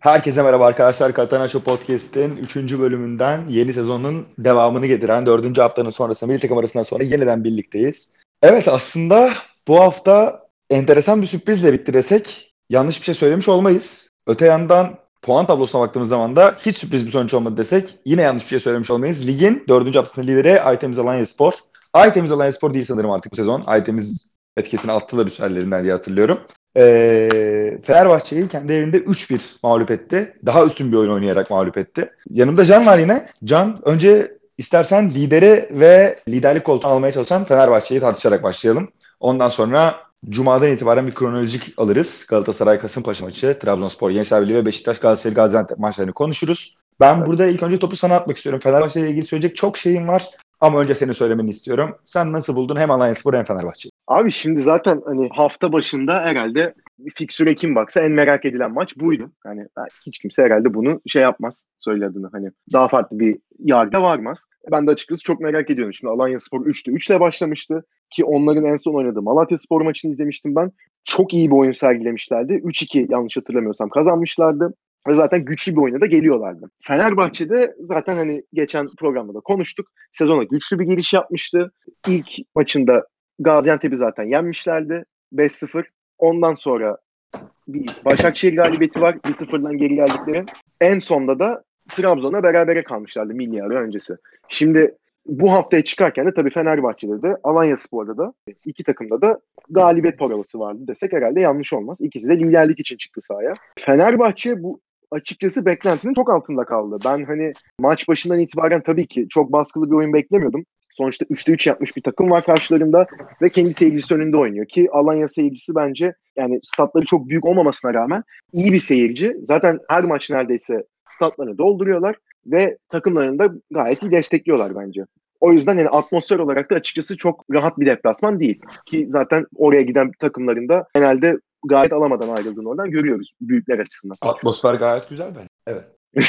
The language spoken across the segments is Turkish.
Herkese merhaba arkadaşlar. Katanaşo Podcast'in 3. bölümünden yeni sezonun devamını getiren 4. haftanın sonrasında milli takım arasından sonra yeniden birlikteyiz. Evet, aslında bu hafta enteresan bir sürprizle bitti desek yanlış bir şey söylemiş olmayız. Öte yandan puan tablosuna baktığımız zaman da hiç sürpriz bir sonuç olmadı desek yine yanlış bir şey söylemiş olmayız. Ligin 4. haftasının lideri Aytemiz Alanyaspor. Aytemiz Alanyaspor değil sanırım artık bu sezon. Aytemiz etiketini attılar üzerlerinden diye hatırlıyorum. Fenerbahçe'yi kendi evinde 3-1 mağlup etti. Daha üstün bir oyun oynayarak mağlup etti. Yanımda Can var yine. Can, önce istersen lideri ve liderlik koltuğunu almaya çalışan Fenerbahçe'yi tartışarak başlayalım. Ondan sonra Cuma'dan itibaren bir kronolojik alırız. Galatasaray, Kasımpaşa maçı, Trabzonspor, Gençler Birliği ve Beşiktaş, Galatasaray, Gaziantep maçlarını konuşuruz. Ben burada ilk önce topu sana atmak istiyorum. Fenerbahçe ile ilgili söyleyecek çok şeyim var. Ama önce seni söylemeni istiyorum. Sen nasıl buldun hem Alanyaspor hem Fenerbahçe'yi? Abi şimdi zaten hani hafta başında herhalde bir fikstüre kim baksa en merak edilen maç buydu. Yani hiç kimse herhalde bunu şey yapmaz, söyle adını, hani daha farklı bir yargıya varmaz. Ben de açıkçası çok merak ediyorum. Şimdi Alanyaspor 3'te 3 ile başlamıştı ki onların en son oynadığı Malatyaspor maçını izlemiştim ben. Çok iyi bir oyun sergilemişlerdi. 3-2 yanlış hatırlamıyorsam kazanmışlardı. Ve zaten güçlü bir oyuna da geliyorlardı. Fenerbahçe'de zaten hani geçen programda da konuştuk. Sezona güçlü bir giriş yapmıştı. İlk maçında Gaziantep'i zaten yenmişlerdi 5-0. Ondan sonra bir Başakşehir galibiyeti var 1-0'dan geri geldikleri. En sonda da Trabzon'a berabere kalmışlardı milli ara öncesi. Şimdi bu haftaya çıkarken de tabii Fenerbahçe'de de Alanyaspor'da da iki takımda da galibiyet paroması vardı desek herhalde yanlış olmaz. İkisi de liderlik için çıktı sahaya. Fenerbahçe bu açıkçası beklentinin çok altında kaldı. Ben hani maç başından itibaren tabii ki çok baskılı bir oyun beklemiyordum. Sonuçta 3'te 3 yapmış bir takım var karşılarında ve kendi seyircisi önünde oynuyor ki Alanya seyircisi bence yani statları çok büyük olmamasına rağmen iyi bir seyirci. Zaten her maç neredeyse statlarını dolduruyorlar ve takımlarını da gayet iyi destekliyorlar bence. O yüzden yani atmosfer olarak da açıkçası çok rahat bir deplasman değil. Ki zaten oraya giden takımların da genelde gayet alamadan ayrıldığını oradan görüyoruz büyükler açısından. Atmosfer gayet güzel bence. Evet.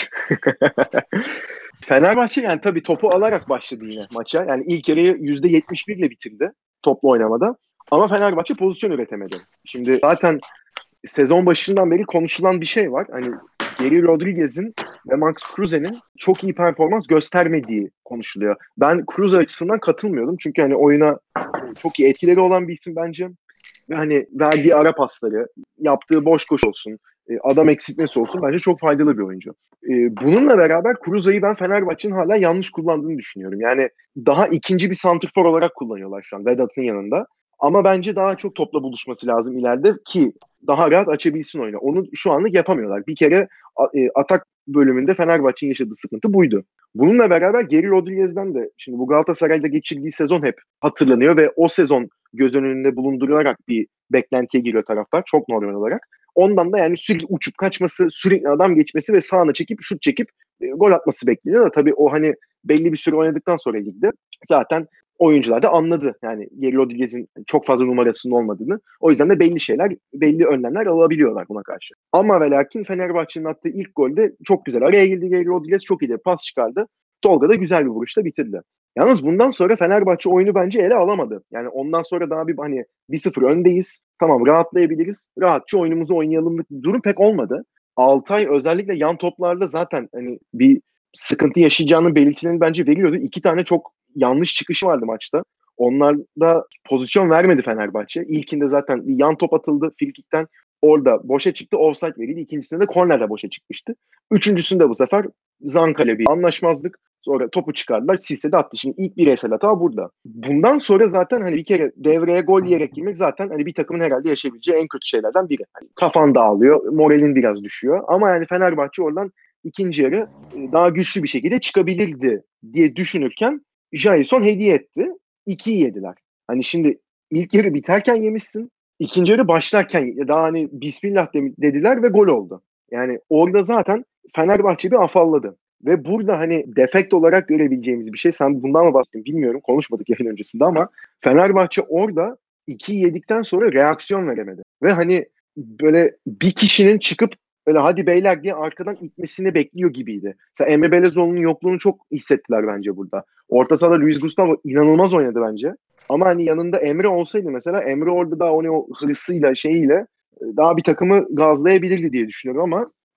Fenerbahçe yani tabii topu alarak başladı yine maça. Yani ilk yarıyı %71 ile bitirdi toplu oynamada. Ama Fenerbahçe pozisyon üretemedi. Şimdi zaten sezon başından beri konuşulan bir şey var. Hani Geri Rodriguez'in ve Max Kruse'nin çok iyi performans göstermediği konuşuluyor. Ben Kruse açısından katılmıyordum. Çünkü hani oyuna çok iyi etkileri olan bir isim bence. Ve hani verdiği ara pasları, yaptığı boş koş olsun, adam eksiltmesi olsun bence çok faydalı bir oyuncu. Bununla beraber Kruse'yi ben Fenerbahçe'nin hala yanlış kullandığını düşünüyorum. Yani daha ikinci bir santrfor olarak kullanıyorlar şu an Vedat'ın yanında. Ama bence daha çok topla buluşması lazım ileride ki daha rahat açabilsin oyunu. Onu şu anlık yapamıyorlar. Bir kere atak bölümünde Fenerbahçe'nin yaşadığı sıkıntı buydu. Bununla beraber Geri Rodriguez'den de şimdi bu Galatasaray'da geçirdiği sezon hep hatırlanıyor ve o sezon göz önünde bulundurarak bir beklentiye giriyor taraftar çok normal olarak. Ondan da yani sürekli uçup kaçması, sürekli adam geçmesi ve sağına çekip şut çekip gol atması bekleniyor da tabii o hani belli bir süre oynadıktan sonra ligde zaten oyuncular da anladı. Yani Geri Rodriguez'in çok fazla numarasının olmadığını. O yüzden de belli şeyler, belli önlemler alabiliyorlar buna karşı. Ama ve lakin Fenerbahçe'nin attığı ilk golde çok güzel. Araya girdi Geri Rodriguez, çok iyi de pas çıkardı. Tolga da güzel bir vuruşla bitirdi. Yalnız bundan sonra Fenerbahçe oyunu bence ele alamadı. Yani ondan sonra daha bir hani 1-0 öndeyiz. Tamam rahatlayabiliriz. Rahatça oyunumuzu oynayalım. Durum pek olmadı. Altay özellikle yan toplarda zaten hani bir sıkıntı yaşayacağının belirtilerini bence veriyordu. İki tane çok yanlış çıkışı vardı maçta. Onlarda pozisyon vermedi Fenerbahçe. İlkinde zaten bir yan top atıldı frikikten. Orada boşa çıktı. Offside verildi. İkincisinde de kornerle boşa çıkmıştı. Üçüncüsünde bu sefer Zankale bir anlaşmazlık. Sonra topu çıkardılar. Sisse de attı. Şimdi ilk bireysel hata burada. Bundan sonra zaten hani bir kere devreye gol yiyerek girmek zaten hani bir takımın herhalde yaşayabileceği en kötü şeylerden biri. Hani kafan dağılıyor. Moralin biraz düşüyor. Ama yani Fenerbahçe oradan ikinci yarı daha güçlü bir şekilde çıkabilirdi diye düşünürken Jason hediye etti. 2'yi yediler. Hani şimdi ilk yarı biterken yemişsin. İkinci yarı başlarken daha hani Bismillah dediler ve gol oldu. Yani orada zaten Fenerbahçe bir afalladı. Ve burada hani defekt olarak görebileceğimiz bir şey. Sen bundan mı bahsettin bilmiyorum. Konuşmadık yayın öncesinde ama Fenerbahçe orada 2'yi yedikten sonra reaksiyon veremedi. Ve hani böyle bir kişinin çıkıp böyle hadi beyler diye arkadan itmesini bekliyor gibiydi. Mesela Emre Belezoğlu'nun yokluğunu çok hissettiler bence burada. Orta sahada Luis Gustavo inanılmaz oynadı bence. Ama hani yanında Emre olsaydı mesela Emre orada daha o hırsıyla şeyiyle daha bir takımı gazlayabilirdi diye düşünüyorum ama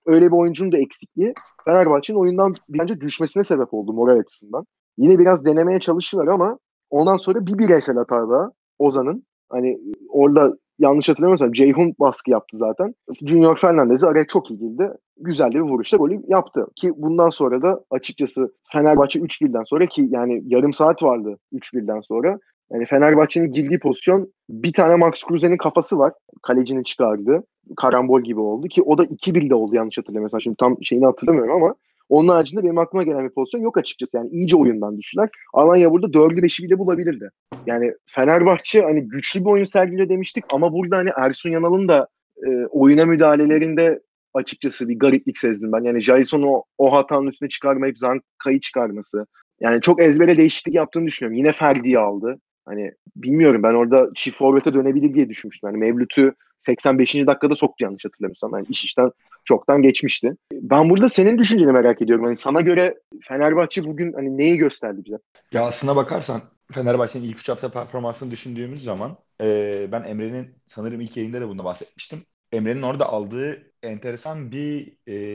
öyle bir oyuncunun da eksikliği Fenerbahçe'nin oyundan bence düşmesine sebep oldu moral açısından. Yine biraz denemeye çalıştılar ama ondan sonra bir bireysel hata daha Ozan'ın. Hani orada yanlış hatırlamıyorsam Ceyhun baskı yaptı zaten. Junior Fernandez'e araya çok iyi girdi. Güzel de bir vuruşla golü yaptı. Ki bundan sonra da açıkçası Fenerbahçe 3-1'den sonra ki yani yarım saat vardı 3-1'den sonra. Yani Fenerbahçe'nin girdiği pozisyon bir tane Max Kruse'nin kafası var. Kalecinin çıkardığı. Karambol gibi oldu ki o da 2-1'de oldu yanlış hatırlamıyorsam. Şimdi tam şeyini hatırlamıyorum ama onun haricinde benim aklıma gelen bir pozisyon yok açıkçası. Yani iyice oyundan düştüler. Alanya burada 4'ü 5'i bile bulabilirdi. Yani Fenerbahçe hani güçlü bir oyun sergiliyor demiştik ama burada hani Ersun Yanal'ın da oyuna müdahalelerinde açıkçası bir gariplik sezdim ben. Yani Jason'u o hatanın üstüne çıkarmayıp Zanka'yı çıkarması. Yani çok ezbere değişiklik yaptığını düşünüyorum. Yine Ferdi'yi aldı. Hani bilmiyorum ben orada çift forvete dönebilir diye düşünmüştüm. Yani Mevlüt'ü 85. dakikada soktu yanlış hatırlamıyorsam. Yani iş işten çoktan geçmişti. Ben burada senin düşünceni merak ediyorum. Hani sana göre Fenerbahçe bugün hani neyi gösterdi bize? Ya aslına bakarsan Fenerbahçe'nin ilk 3 hafta performansını düşündüğümüz zaman ben Emre'nin sanırım ilk yayında da bunu bahsetmiştim. Emre'nin orada aldığı enteresan bir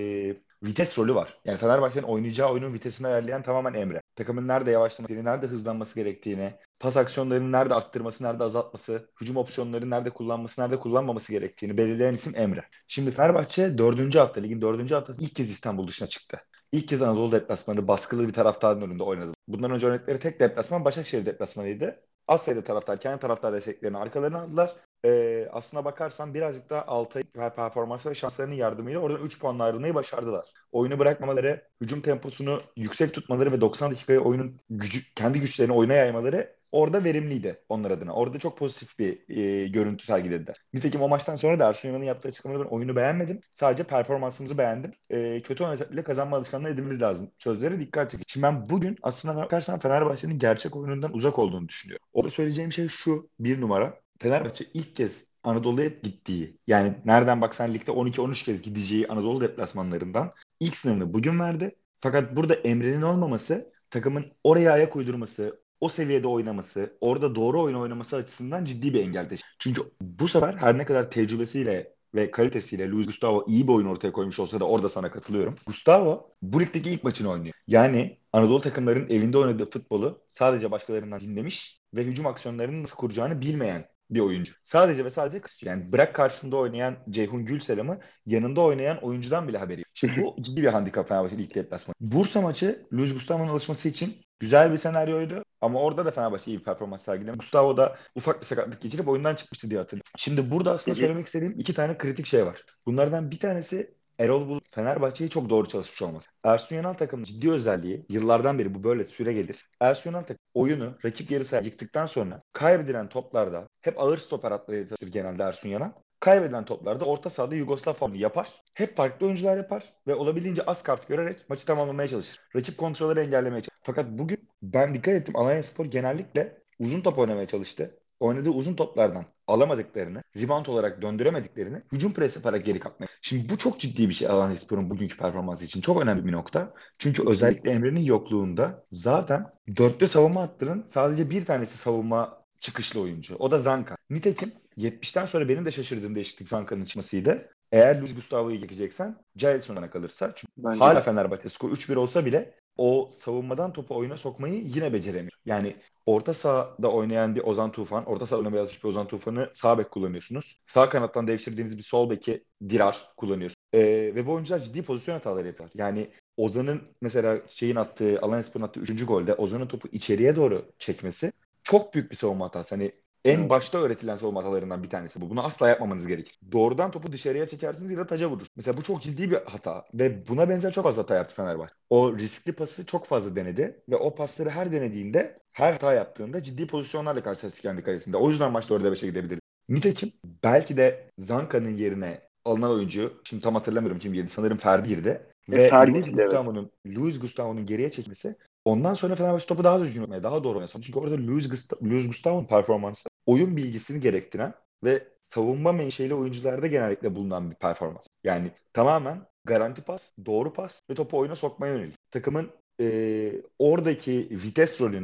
vites rolü var. Yani Fenerbahçe'nin oynayacağı oyunun vitesini ayarlayan tamamen Emre. Takımın nerede yavaşlaması, nerede hızlanması gerektiğini, pas aksiyonlarını nerede arttırması, nerede azaltması, hücum opsiyonlarını nerede kullanması, nerede kullanmaması gerektiğini belirleyen isim Emre. Şimdi Fenerbahçe ligin dördüncü haftası ilk kez İstanbul dışına çıktı. İlk kez Anadolu deplasmanı baskılı bir taraftarın önünde oynadı. Bundan önce örnekleri tek deplasman Başakşehir deplasmanıydı. Az sayıda taraftar kendi taraftar desteklerini arkalarına aldılar. Aslına bakarsan birazcık da Altay performansı ve şanslarının yardımıyla oradan 3 puanla ayrılmayı başardılar. Oyunu bırakmamaları, hücum temposunu yüksek tutmaları ve 90 dakikaya oyunun kendi güçlerini oyuna yaymaları orada verimliydi onlar adına. Orada çok pozitif bir görüntü sergilediler. Nitekim o maçtan sonra da Ersun Yanal'ın yaptığı açıklamada ben oyunu beğenmedim. Sadece performansımızı beğendim. Kötü oynasak bile kazanma alışkanlığı edinmemiz lazım. Sözleri dikkat çekici. Şimdi ben bugün aslında bakarsan Fenerbahçe'nin gerçek oyunundan uzak olduğunu düşünüyorum. Orada söyleyeceğim şey şu. Bir numara. Fenerbahçe ilk kez Anadolu'ya gittiği yani nereden baksan ligde 12-13 kez gideceği Anadolu deplasmanlarından ilk sınavını bugün verdi. Fakat burada Emre'nin olmaması takımın oraya ayak uydurması, o seviyede oynaması, orada doğru oyun oynaması açısından ciddi bir engel. Çünkü bu sefer her ne kadar tecrübesiyle ve kalitesiyle Luis Gustavo iyi bir oyun ortaya koymuş olsa da orada sana katılıyorum. Gustavo bu ligdeki ilk maçını oynuyor. Yani Anadolu takımların evinde oynadığı futbolu sadece başkalarından dinlemiş ve hücum aksiyonlarını nasıl kuracağını bilmeyen bir oyuncu. Sadece ve sadece kısıyor. Yani bırak karşısında oynayan Ceyhun Gülselam'ı yanında oynayan oyuncudan bile haberi yok. Şimdi bu ciddi bir handikap Fenerbahçe'nin ilk deplasmanı. Bursa maçı Luis Gustavo'nun alışması için güzel bir senaryoydu. Ama orada da Fenerbahçe iyi bir performans sergiledi. Gustavo da ufak bir sakatlık geçirip oyundan çıkmıştı diye hatırlıyorum. Şimdi burada aslında söylemek istediğim iki tane kritik şey var. Bunlardan bir tanesi Erol Bulut Fenerbahçe'yi çok doğru çalışmış olması. Ersun Yanal takımının ciddi özelliği yıllardan beri bu böyle süre gelir. Ersun Yanal takım oyunu rakip yarı sahaya yıktıktan sonra kaybedilen toplarda hep ağır stoper atları çalışır genelde Ersun Yanal. Kaybedilen toplarda orta sahada Yugoslav formunu yapar. Hep farklı oyuncular yapar ve olabildiğince az kart görerek maçı tamamlamaya çalışır. Rakip kontrolleri engellemeye çalışır. Fakat bugün ben dikkat ettim Alanyaspor genellikle uzun top oynamaya çalıştı. Oynadığı uzun toplardan alamadıklarını, rebound olarak döndüremediklerini hücum pres yaparak geri kapmaya. Şimdi bu çok ciddi bir şey Alanyaspor'un bugünkü performansı için. Çok önemli bir nokta. Çünkü özellikle Emre'nin yokluğunda zaten dörtlü savunma hattının sadece bir tanesi savunma çıkışlı oyuncu. O da Zanka. Nitekim 70'ten sonra benim de şaşırdığım değişiklik Zanka'nın çıkmasıydı. Eğer Luis Gustavo'yu geçeceksen Jalison'a kalırsa. Çünkü Bence hala de. Fenerbahçe skor 3-1 olsa bile o savunmadan topu oyuna sokmayı yine beceremiyor. Yani orta sahada oynayan bir Ozan Tufan, orta sahada oynamaya alışmış bir Ozan Tufan'ı sağ bek kullanıyorsunuz. Sağ kanattan devşirdiğiniz bir sol beki Dirar kullanıyorsunuz. Ve bu oyuncular ciddi pozisyon hataları yapıyor. Yani Ozan'ın mesela Alanyaspor'un attığı 3. golde Ozan'ın topu içeriye doğru çekmesi çok büyük bir savunma hatası. Hani en Evet. başta öğretilen savunma hatalarından bir tanesi bu. Bunu asla yapmamanız gerekir. Doğrudan topu dışarıya çekersiniz ya da taca vurursunuz. Mesela bu çok ciddi bir hata ve buna benzer çok fazla hata yaptı Fenerbahçe. O riskli pası çok fazla denedi ve o pasları her denediğinde, her hata yaptığında ciddi pozisyonlarla karşılaştı kendi kalesinde. O yüzden maç 4'e 5'e gidebilirdi. Nitekim belki de Zanka'nın yerine alınan oyuncu, şimdi tam hatırlamıyorum kim girdi, sanırım Ferdi girdi. Ve Ferdi girdi evet. Luis Gustavo'nun geriye çekmesi ondan sonra Fenerbahçe topu daha düzgün oynamaya, daha doğru oynamaya. Çünkü orada Luis Gustavo'nun performansı oyun bilgisini gerektiren ve savunma menşeli oyuncularda genellikle bulunan bir performans. Yani tamamen garanti pas, doğru pas ve topu oyuna sokmaya yönelik. Takımın oradaki vites rolünü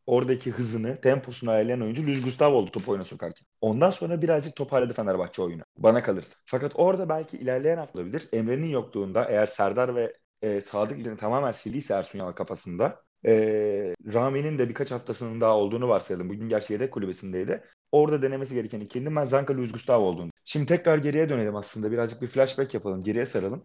oradaki hızını, temposunu ayarlayan oyuncu Luis Gustavo oldu top oyuna sokarken. Ondan sonra birazcık toparladı Fenerbahçe oyunu. Bana kalırsa. Fakat orada belki ilerleyen hafta olabilir. Emre'nin yokluğunda eğer Serdar ve Sadık izini tamamen sildiyse Ersun Yanal kafasında Rami'nin de birkaç haftasının daha olduğunu varsayalım. Bugün gerçi yedek kulübesindeydi. Orada denemesi gereken ikilinin ben Zanka Luis Gustavo olduğunu. Şimdi tekrar geriye dönelim aslında. Birazcık bir flashback yapalım. Geriye saralım.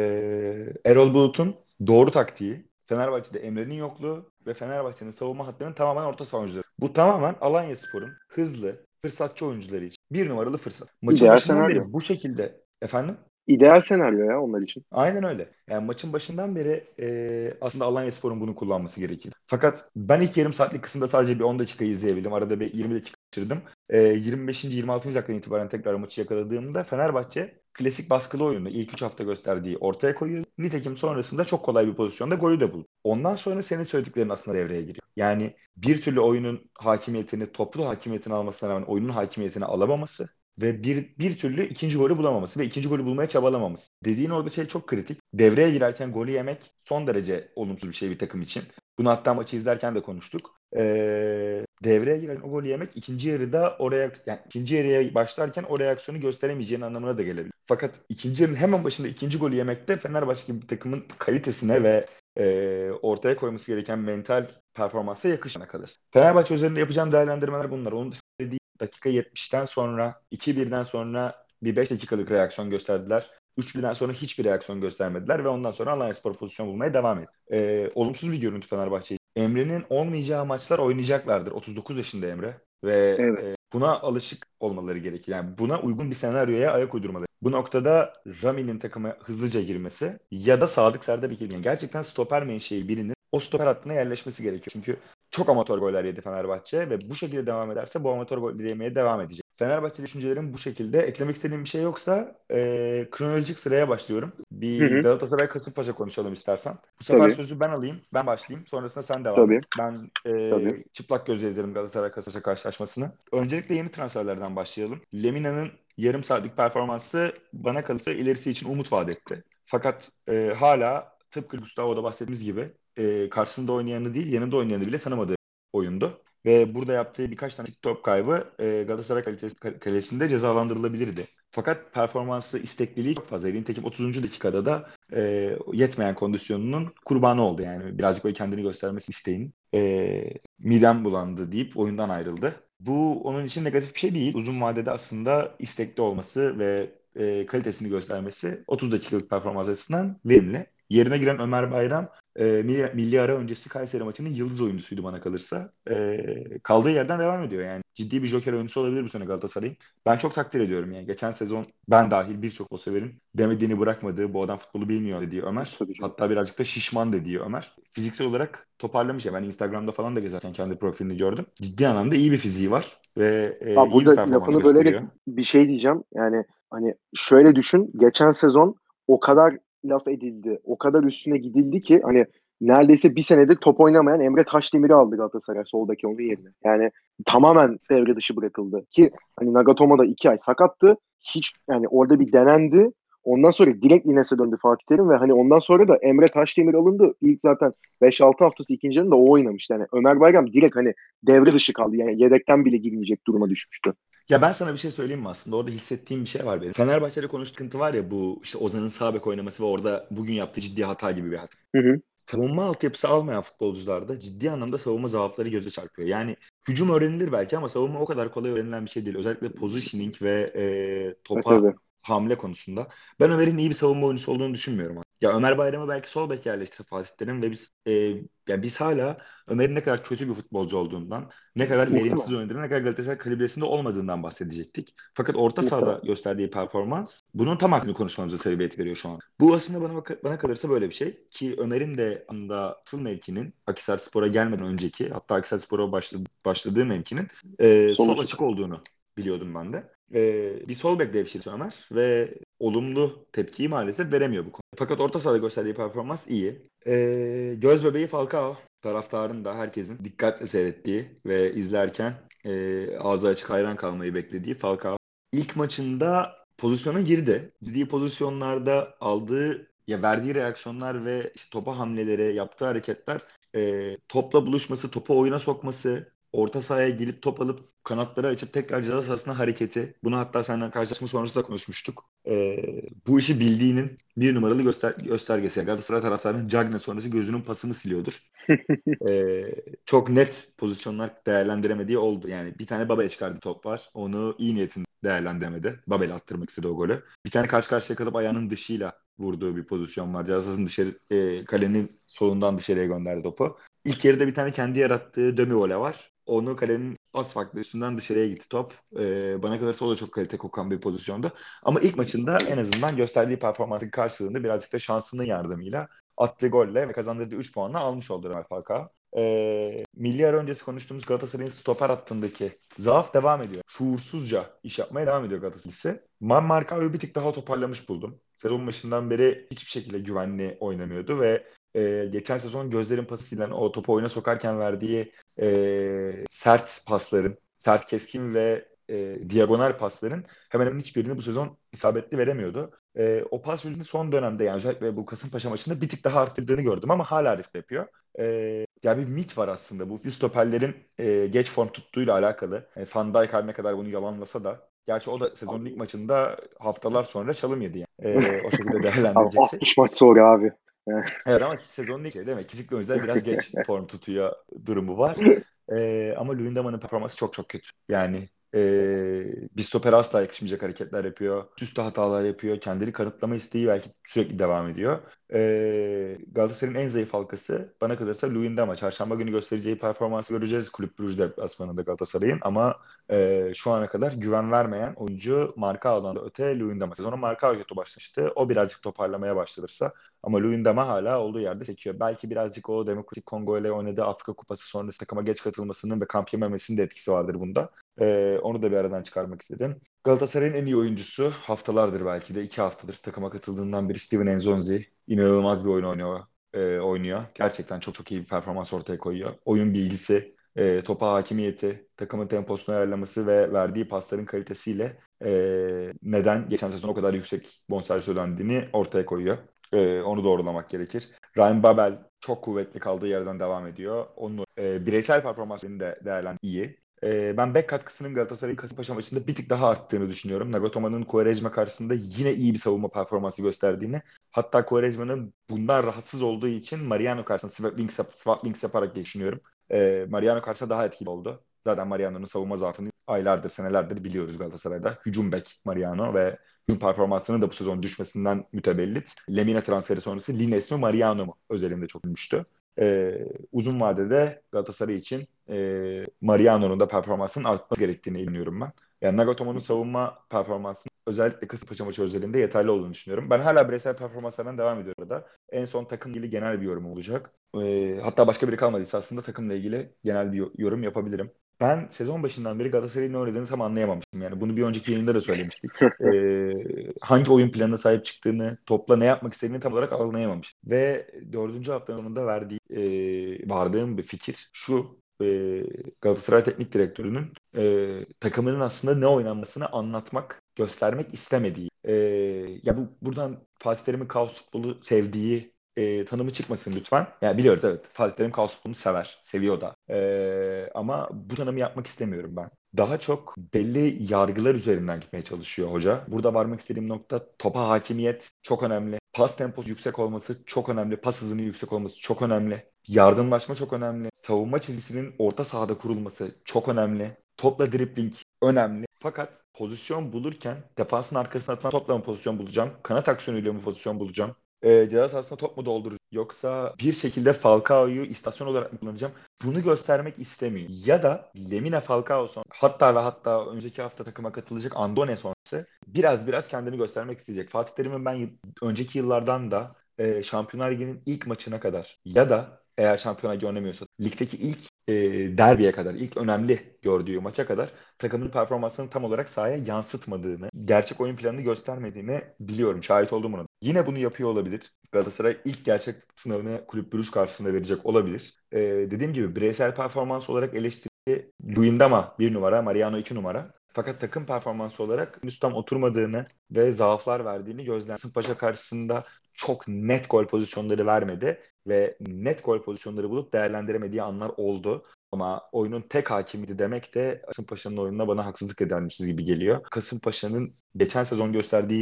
Erol Bulut'un doğru taktiği, Fenerbahçe'de Emre'nin yokluğu ve Fenerbahçe'nin savunma hattının tamamen orta saha oyuncuları. Bu tamamen Alanyaspor'un hızlı, fırsatçı oyuncuları için. Bir numaralı fırsat. Maçın İdeal başından senaryo. beri bu şekilde efendim. İdeal senaryo ya onlar için. Aynen öyle. Yani maçın başından beri aslında Alanyaspor'un bunu kullanması gerekir. Fakat ben ilk yarım saatlik kısımda sadece bir 10 dakika izleyebildim. Arada bir 20 dakika kaçırdım. 25. 26. dakikadan itibaren tekrar maçı yakaladığımda Fenerbahçe klasik baskılı oyunu ilk 3 hafta gösterdiği ortaya koyuyor. Nitekim sonrasında çok kolay bir pozisyonda golü de buldu. Ondan sonra senin söylediklerin aslında devreye giriyor. Yani bir türlü oyunun hakimiyetini, toplu hakimiyetini almasına rağmen oyunun hakimiyetini alamaması ve bir türlü ikinci golü bulamaması ve ikinci golü bulmaya çabalamaması. Dediğin orada şey çok kritik. Devreye girerken golü yemek son derece olumsuz bir şey bir takım için. Bunu hatta maçı izlerken de konuştuk. Devreye giren o golü yemek ikinci yarıda oraya yani ikinci yarıya başlarken o reaksiyonu gösteremeyeceğin anlamına da gelebilir. Fakat ikinci yarının hemen başında ikinci golü yemekte Fenerbahçe gibi bir takımın kalitesine ve ortaya koyması gereken mental performansa yakışana kalır. Fenerbahçe üzerinde yapacağım değerlendirmeler bunlar. Onun dışında dakika 70'ten sonra 2-1'den sonra bir 5 dakikalık reaksiyon gösterdiler. 3-1'den sonra hiçbir reaksiyon göstermediler ve ondan sonra Alanyaspor pozisyon bulmaya devam etti. Olumsuz bir görüntü Fenerbahçe. Emre'nin olmayacağı maçlar oynayacaklardır. 39 yaşında Emre ve Evet. buna alışık olmaları gerekir. Yani buna uygun bir senaryoya ayak uydurmaları. Bu noktada Rami'nin takıma hızlıca girmesi ya da Sadık Serdar ikili. Yani gerçekten stoper menşei birinin o stoper hattına yerleşmesi gerekiyor. Çünkü çok amatör goller yedi Fenerbahçe ve bu şekilde devam ederse bu amatör golleri yemeye devam edecek. Fenerbahçe düşüncelerim bu şekilde. Eklemek istediğim bir şey yoksa kronolojik sıraya başlıyorum. Hı Bir hı. Galatasaray Kasımpaşa konuşalım istersen. Bu sefer Tabii. sözü ben alayım, ben başlayayım. Sonrasında sen devam Tabii. et. Ben Tabii. çıplak gözle izlerim Galatasaray Kasımpaşa karşılaşmasını. Öncelikle yeni transferlerden başlayalım. Lemina'nın yarım saatlik performansı bana kalırsa ilerisi için umut vaat etti. Fakat hala tıpkı Gustavo'da bahsettiğimiz gibi karşısında oynayanı değil yanında oynayanı bile tanımadığı oyundu. Ve burada yaptığı birkaç tane top kaybı Galatasaray kalesinde cezalandırılabilirdi. Fakat performansı, istekliliği çok fazla. Nitekim 30. dakikada da yetmeyen kondisyonunun kurbanı oldu. Yani birazcık böyle kendini göstermesi isteğin. Midem bulandı deyip oyundan ayrıldı. Bu onun için negatif bir şey değil. Uzun vadede aslında istekli olması ve kalitesini göstermesi 30 dakikalık performans açısından verimli. Yerine giren Ömer Bayram milli ara öncesi Kayseri maçının yıldız oyuncusuydu bana kalırsa. Kaldığı yerden devam ediyor yani. Ciddi bir joker oyuncusu olabilir bu sene Galatasaray'ın. Ben çok takdir ediyorum yani. Geçen sezon ben dahil birçok o severin demediğini bırakmadığı, bu adam futbolu bilmiyor dediği Ömer. Tabii canım. Hatta birazcık da şişman dediği Ömer. Fiziksel olarak toparlamış ya. Ben Instagram'da falan da gezerken kendi profilini gördüm. Ciddi anlamda iyi bir fiziği var ve Ya iyi bir burada performans lafını bölerek gösteriyor. bir şey diyeceğim. Yani hani şöyle düşün. Geçen sezon o kadar laf edildi. O kadar üstüne gidildi ki hani neredeyse bir senedir top oynamayan Emre Taşdemir'i aldı Galatasaray soldaki onun yerine. Yani tamamen devre dışı bırakıldı. Ki hani Nagatomo da 2 ay sakattı. Hiç yani orada bir denendi. Ondan sonra direkt Lines'e döndü Fatih Terim ve hani ondan sonra da Emre Taşdemir alındı. İlk zaten 5-6 haftası ikinci yarında o oynamıştı. Yani Ömer Bayram direkt hani devre dışı kaldı. Yani yedekten bile girmeyecek duruma düşmüştü. Ya ben sana bir şey söyleyeyim mi aslında? Orada hissettiğim bir şey var benim. Fenerbahçe'de konuştuğum sıkıntı var ya, bu işte Ozan'ın sağ bek oynaması ve orada bugün yaptığı ciddi hata gibi bir hata. Hı hı. Savunma altyapısı almayan futbolcularda ciddi anlamda savunma zaafları göze çarpıyor. Yani hücum öğrenilir belki ama savunma o kadar kolay öğrenilen bir şey değil. Özellikle positioning ve topa Tabii. hamle konusunda. Ben Ömer'in iyi bir savunma oyuncusu olduğunu düşünmüyorum. Ya Ömer Bayram'ı belki sol bek yerleştirse Fatih Terim ve biz hala Ömer'in ne kadar kötü bir futbolcu olduğundan, ne kadar verimsiz Muhtemelen. oynadığını, ne kadar Galatasaray kalibresinde olmadığından bahsedecektik. Fakat orta sahada Muhtemelen. gösterdiği performans bunun tam aksini konuşmamıza sebebiyet veriyor şu an. Bu aslında bana kalırsa böyle bir şey ki Ömer'in de aslında asıl mevkinin Akhisarspor'a gelmeden önceki, hatta Akhisarspor'a başladığı mevkinin Sol sol açık. açık olduğunu biliyordum ben de. Bir sol bek devşirdi Ömer ve olumlu tepkiyi maalesef veremiyor bu konu. Fakat orta sahada gösterdiği performans iyi. Göz bebeği Falcao. Taraftarın da herkesin dikkatle seyrettiği ve izlerken ağzı açık hayran kalmayı beklediği Falcao. İlk maçında pozisyona girdi. Girdiği pozisyonlarda aldığı ya verdiği reaksiyonlar ve işte topa hamleleri, yaptığı hareketler Topla buluşması, topu oyuna sokması, orta sahaya gelip top alıp kanatları açıp tekrar ceza sahasına hareketi. Bunu hatta seninle karşılaşma sonrası da konuşmuştuk. Bu işi bildiğinin bir numaralı göstergesi. Yani Galatasaray taraftarının Cagney sonrası gözünün pasını siliyordur. Çok net pozisyonlar değerlendiremediği oldu. Yani bir tane Babel çıkardı top var. Onu iyi niyetinde değerlendiremedi. Babel attırmak istedi o golü. Bir tane karşı karşıya kalıp ayağının dışıyla vurduğu bir pozisyon var. Cezasının dışarı kalenin solundan dışarıya gönderdi topu. İlk yarıda bir tane kendi yarattığı dömi vole var. Onu kalenin az farklı üstünden dışarıya gitti top. Bana kalırsa o da çok kalite kokan bir pozisyondu. Ama ilk maçında en azından gösterdiği performansın karşılığında birazcık da şansının yardımıyla attığı golle ve kazandırdığı 3 puanla almış oldu Rafael Falcao. Milli ara öncesi konuştuğumuz Galatasaray'ın stoper hattındaki zaaf devam ediyor. Şuursuzca iş yapmaya devam ediyor Galatasaray'ı. Marcao'yu bir tık daha toparlamış buldum. Sezon başından beri hiçbir şekilde güvenli oynamıyordu ve geçen sezon gözlerin pasıyla o topu oyuna sokarken verdiği sert pasların, sert keskin ve diagonal pasların hemen hemen hiçbirini bu sezon isabetli veremiyordu. O pas yüzünü son dönemde yani özellikle bu Kasımpaşa maçında bir tık daha arttırdığını gördüm ama hala risk yapıyor. Ya bir mit var aslında bu stoperlerin geç form tuttuğuyla alakalı. Van Dijk her ne kadar bunu yalanlasa da gerçi o da sezonun ilk maçında haftalar sonra çalım yedi yani. O şekilde Abi değerlendireceksek. 60 maç sonra abi. Evet ama sezonun ilk demek ki fizikli oyuncular biraz geç form tutuyor durumu var. Ama Luyendama'nın performansı çok çok kötü. Yani bir stopere asla yakışmayacak hareketler yapıyor. Üst hatalar yapıyor. Kendini kanıtlama isteği belki sürekli devam ediyor. Galatasaray'ın en zayıf halkası bana kalırsa Luyendama. Çarşamba günü göstereceği performansı göreceğiz Kulüp Brugge deplasmanında Galatasaray'ın ama şu ana kadar güven vermeyen oyuncu Marcao'dan da öte Luyendama. Sezona Marcao kötü başlamıştı. O birazcık toparlamaya başlarsa ama Luyendama hala olduğu yerde seçiyor. Belki birazcık o Demokratik Kongo ile oynadığı Afrika Kupası sonrası takıma geç katılmasının ve kamp yememesinin de etkisi vardır bunda. Onu da bir aradan çıkarmak istedim. Galatasaray'ın en iyi oyuncusu haftalardır belki de 2 haftadır takıma katıldığından beri Steven Nzonzi. İnanılmaz bir oyun oynuyor. Gerçekten çok çok iyi bir performans ortaya koyuyor. Oyun bilgisi, topa hakimiyeti, takımın temposunu ayarlaması ve verdiği pasların kalitesiyle neden geçen sezon o kadar yüksek bonservis ödendiğini ortaya koyuyor. Onu doğrulamak gerekir. Ryan Babel çok kuvvetli kaldığı yerden devam ediyor. Onun bireysel performansını de iyi. Ben bek katkısının Galatasaray'ın Kasımpaşa maçında bir tık daha arttığını düşünüyorum. Nagatomo'nun Quaresma karşısında yine iyi bir savunma performansı gösterdiğini, hatta Quaresma'nın bundan rahatsız olduğu için Mariano karşısında swap wings yaparak düşünüyorum. Mariano karşısında daha etkili oldu. Zaten Mariano'nun savunma zaafını aylardır, senelerdir biliyoruz Galatasaray'da. Hücum bek Mariano ve hücum performansının da bu sezon düşmesinden mütevellit. Lemina transferi sonrası Lines mi Mariano mu özelinde çok düşmüştü. Uzun vadede Galatasaray için Mariano'nun da performansının artması gerektiğini inanıyorum ben. Yani Nagatomo'nun savunma performansının özellikle Kasımpaşa maçı özelinde yeterli olduğunu düşünüyorum. Ben hala bireysel performanslardan devam ediyorum da. En son takımla ilgili genel bir yorum olacak. Hatta başka biri kalmadıysa aslında takımla ilgili genel bir yorum yapabilirim. Ben sezon başından beri Galatasaray'ın ne oynadığını tam anlayamamıştım. Yani bunu bir önceki yayında da söylemiştik. Hangi oyun planına sahip çıktığını, topla ne yapmak istediğini tam olarak anlayamamıştım. Ve 4. haftanın sonunda vardığım bir fikir şu. Galatasaray Teknik Direktörü'nün takımının aslında ne oynanmasını anlatmak, göstermek istemediği. Ya buradan Fatih Terim'in kaos futbolu sevdiği tanımı çıkmasın lütfen. Yani biliyoruz evet Fatih Terim kaos futbolunu seviyor da. Ama bu tanımı yapmak istemiyorum ben. Daha çok belli yargılar üzerinden gitmeye çalışıyor hoca. Burada varmak istediğim nokta topa hakimiyet çok önemli. Pas temposu yüksek olması çok önemli. Pas hızının yüksek olması çok önemli. Yardımlaşma çok önemli. Savunma çizgisinin orta sahada kurulması çok önemli. Topla dribbling önemli. Fakat pozisyon bulurken defansın arkasına atılan topla mı pozisyon bulacağım? Kanat aksiyonuyla mı pozisyon bulacağım? Ceza sahasına top mu dolduracağım? Yoksa bir şekilde Falcao'yu istasyon olarak mı kullanacağım? Bunu göstermek istemiyor. Ya da Lemina Falcao son hatta ve hatta önceki hafta takıma katılacak Andone sonrası biraz kendini göstermek isteyecek. Fatih Terim'in ben önceki yıllardan da Şampiyonlar Ligi'nin ilk maçına kadar ya da eğer Şampiyonlar Ligi oynamıyorsa ligdeki ilk derbiye kadar, ilk önemli gördüğü maça kadar takımın performansını tam olarak sahaya yansıtmadığını, gerçek oyun planını göstermediğini biliyorum. Şahit oldum buna. Yine bunu yapıyor olabilir. Galatasaray ilk gerçek sınavını Kulüp Brugge karşısında verecek olabilir. Dediğim gibi bireysel performans olarak eleştiri Luyendama 1 numara, Mariano 2 numara. Fakat takım performansı olarak henüz tam oturmadığını ve zaaflar verdiğini gözlemledim. Kasımpaşa karşısında çok net gol pozisyonları vermedi. ve net gol pozisyonları bulup değerlendiremediği anlar oldu. Ama oyunun tek hakimiydi demek de Kasımpaşa'nın oyununa bana haksızlık edermişiz gibi geliyor. Kasımpaşa'nın geçen sezon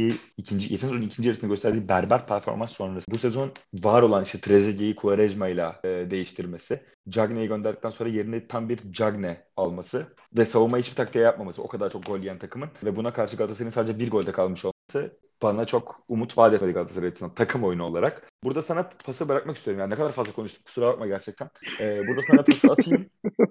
geçen sezonun ikinci yarısında gösterdiği berbat performans sonrası bu sezon var olan işte Trezeguet'i Quaresma'yla değiştirmesi, Cagney'i gönderdikten sonra yerine tam bir Cagney alması ve savunma hiçbir taktiğe yapmaması, o kadar çok gol yiyen takımın ve buna karşı Galatasaray'ın sadece bir golde kalmış olması bana çok umut vaat etmedi Galatasaray açısından takım oyunu olarak. Burada sana pası bırakmak istiyorum. Yani ne kadar fazla konuştum, kusura bakma gerçekten. Burada sana pası atayım.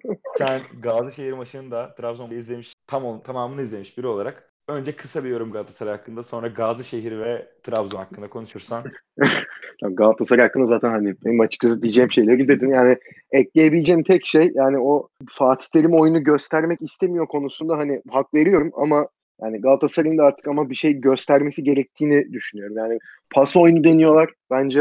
Sen Gazişehir maçını da Trabzon'da izlemiş, tamamını izlemiş biri olarak önce kısa bir yorum Galatasaray hakkında, sonra Gazişehir ve Trabzon hakkında konuşursan. Yani Galatasaray hakkında zaten hani benim açıkçası diyeceğim şeyleri dedin. Yani ekleyebileceğim tek şey yani o Fatih Terim oyunu göstermek istemiyor konusunda hani hak veriyorum ama yani Galatasaray'ın da artık ama bir şey göstermesi gerektiğini düşünüyorum. Yani pas oyunu deniyorlar. Bence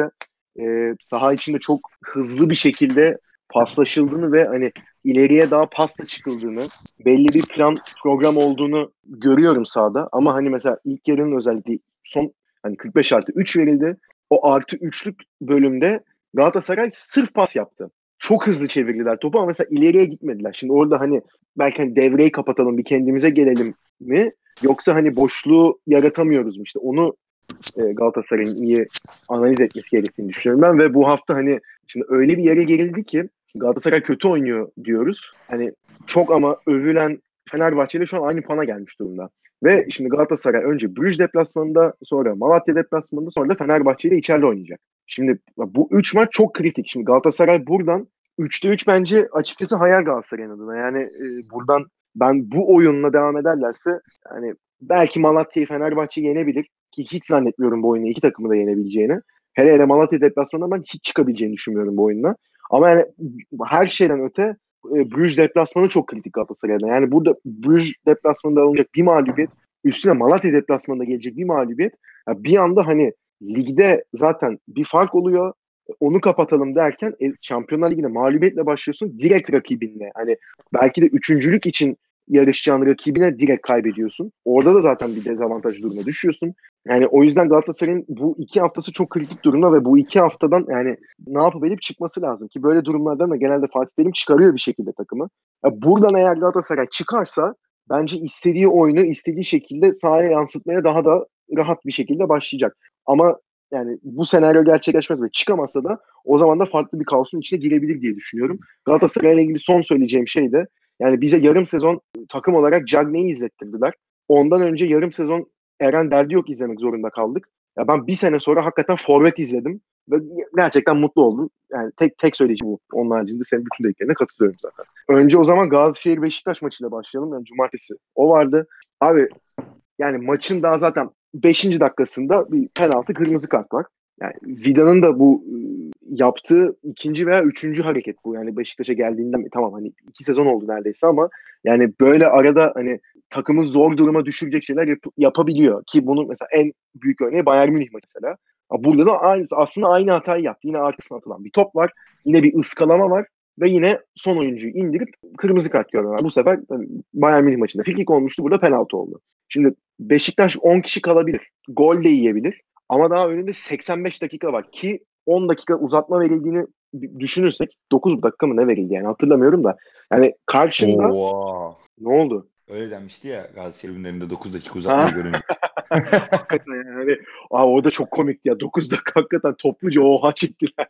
saha içinde çok hızlı bir şekilde paslaşıldığını ve hani ileriye daha pasla çıkıldığını, belli bir plan program olduğunu görüyorum sahada. Ama hani mesela ilk yarının özellikle son hani 45+3 verildi. O artı üçlük bölümde Galatasaray sırf pas yaptı. Çok hızlı çevirdiler topu ama mesela ileriye gitmediler. Şimdi orada hani belki hani devreyi kapatalım bir kendimize gelelim mi? Yoksa hani boşluğu yaratamıyoruz mu? İşte onu Galatasaray'ın iyi analiz etmesi gerektiğini düşünüyorum ben ve bu hafta hani şimdi öyle bir yere gerildi ki Galatasaray kötü oynuyor diyoruz. Hani çok ama övülen Fenerbahçe'yle şu an aynı pana gelmiş durumda. Ve şimdi Galatasaray önce Brüj deplasmanında, sonra Malatya deplasmanında, sonra da Fenerbahçe ile içeride oynayacak. Şimdi bu 3 maç çok kritik. Şimdi Galatasaray buradan 3'te 3 bence açıkçası hayal Galatasaray'ın adına. Yani buradan ben bu oyunla devam ederlerse yani belki Malatya'yı Fenerbahçe yenebilir ki hiç zannetmiyorum bu oyunu iki takımı da yenebileceğini. Hele hele Malatya deplasmanında ben hiç çıkabileceğini düşünmüyorum bu oyunla. Ama yani her şeyden öte Brüj deplasmanı çok kritik Galatasaray'da. Yani burada Brüj deplasmanında alınacak bir mağlubiyet, üstüne Malatya deplasmanında gelecek bir mağlubiyet. Yani bir anda hani ligde zaten bir fark oluyor. Onu kapatalım derken Şampiyonlar Ligi'ne mağlubiyetle başlıyorsun. Direkt rakibinle. Hani belki de üçüncülük için yarışacağın rakibine direkt kaybediyorsun. Orada da zaten bir dezavantaj duruma düşüyorsun. Yani o yüzden Galatasaray'ın bu 2 haftası çok kritik durumda ve bu 2 haftadan yani ne yapıp edip çıkması lazım ki böyle durumlardan da genelde Fatih Terim çıkarıyor bir şekilde takımı. Ya buradan eğer Galatasaray çıkarsa bence istediği oyunu istediği şekilde sahaya yansıtmaya daha da rahat bir şekilde başlayacak. Ama yani bu senaryo gerçekleşmez ve çıkamazsa da o zaman da farklı bir kaosun içine girebilir diye düşünüyorum. Galatasaray'la ilgili son söyleyeceğim şey de yani bize yarım sezon takım olarak Cagney'i izlettirdiler. Ondan önce yarım sezon Eren Derdi yok izlemek zorunda kaldık. Ya ben bir sene sonra hakikaten forvet izledim ve gerçekten mutlu oldum. Yani tek söyleyeceğim bu. Onun haricinde senin bütün dediklerine katılıyorum zaten. Önce o zaman Gazişehir Beşiktaş maçıyla başlayalım. Yani cumartesi o vardı. Abi yani maçın daha zaten 5. dakikasında bir penaltı kırmızı kart var. Yani Vida'nın da bu yaptığı ikinci veya üçüncü hareket bu. Yani Beşiktaş'a geldiğinden tamam hani 2 sezon oldu neredeyse ama yani böyle arada hani takımı zor duruma düşürecek şeyler yapabiliyor. Ki bunun mesela en büyük örneği Bayern Münih maçı mesela. Burada da aslında aynı hatayı yaptı. Yine arkasına atılan bir top var. Yine bir ıskalama var. Ve yine son oyuncuyu indirip kırmızı kart görüyorlar. Bu sefer Bayern Münih maçında frikik olmuştu. Burada penaltı oldu. Şimdi Beşiktaş 10 kişi kalabilir. Gol de yiyebilir. Ama daha önünde 85 dakika var ki 10 dakika uzatma verildiğini düşünürsek 9 dakika mı ne verildi yani hatırlamıyorum da. Yani karşında Oo. ne oldu? Öyle denmişti ya Gazişehir ürünlerinde 9 dakika Ha? uzatmayı görünce. Hakikaten yani. O da çok komikti ya. 9 dakika hakikaten topluca oha çektiler.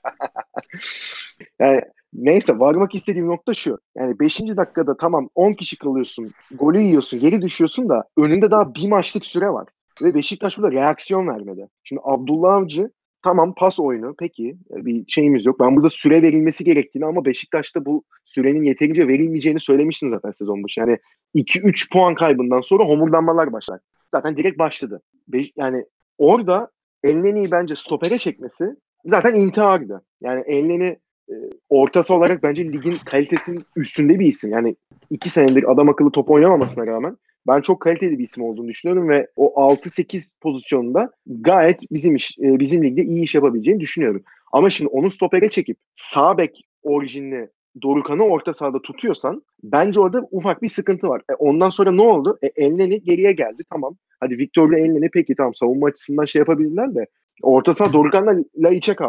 Yani neyse varmak istediğim nokta şu. Yani 5. dakikada tamam 10 kişi kalıyorsun. Golü yiyorsun. Geri düşüyorsun da önünde daha bir maçlık süre var. Ve Beşiktaş burada reaksiyon vermedi. Şimdi Abdullah Avcı tamam pas oyunu peki bir şeyimiz yok. Ben burada süre verilmesi gerektiğini ama Beşiktaş'ta bu sürenin yeterince verilmeyeceğini söylemiştim zaten sezon başı. Yani 2-3 puan kaybından sonra homurdanmalar başlar. Zaten direkt başladı. Yani orada Elneni'yi bence stopere çekmesi zaten intihardı. Yani Elneni ortası olarak bence ligin kalitesinin üstünde bir isim. Yani 2 senedir adam akıllı top oynamamasına rağmen ben çok kaliteli bir isim olduğunu düşünüyorum ve o 6-8 pozisyonunda gayet bizim ligde iyi iş yapabileceğini düşünüyorum. Ama şimdi onu stopere çekip sağ bek orijinli Dorukhan'ı orta sahada tutuyorsan bence orada ufak bir sıkıntı var. Ondan sonra ne oldu? Elneni geriye geldi. Tamam. Hadi Victor'la Elneni peki tamam savunma açısından şey yapabilirler de orta saha Dorukhan'la Laiç'e kaldı.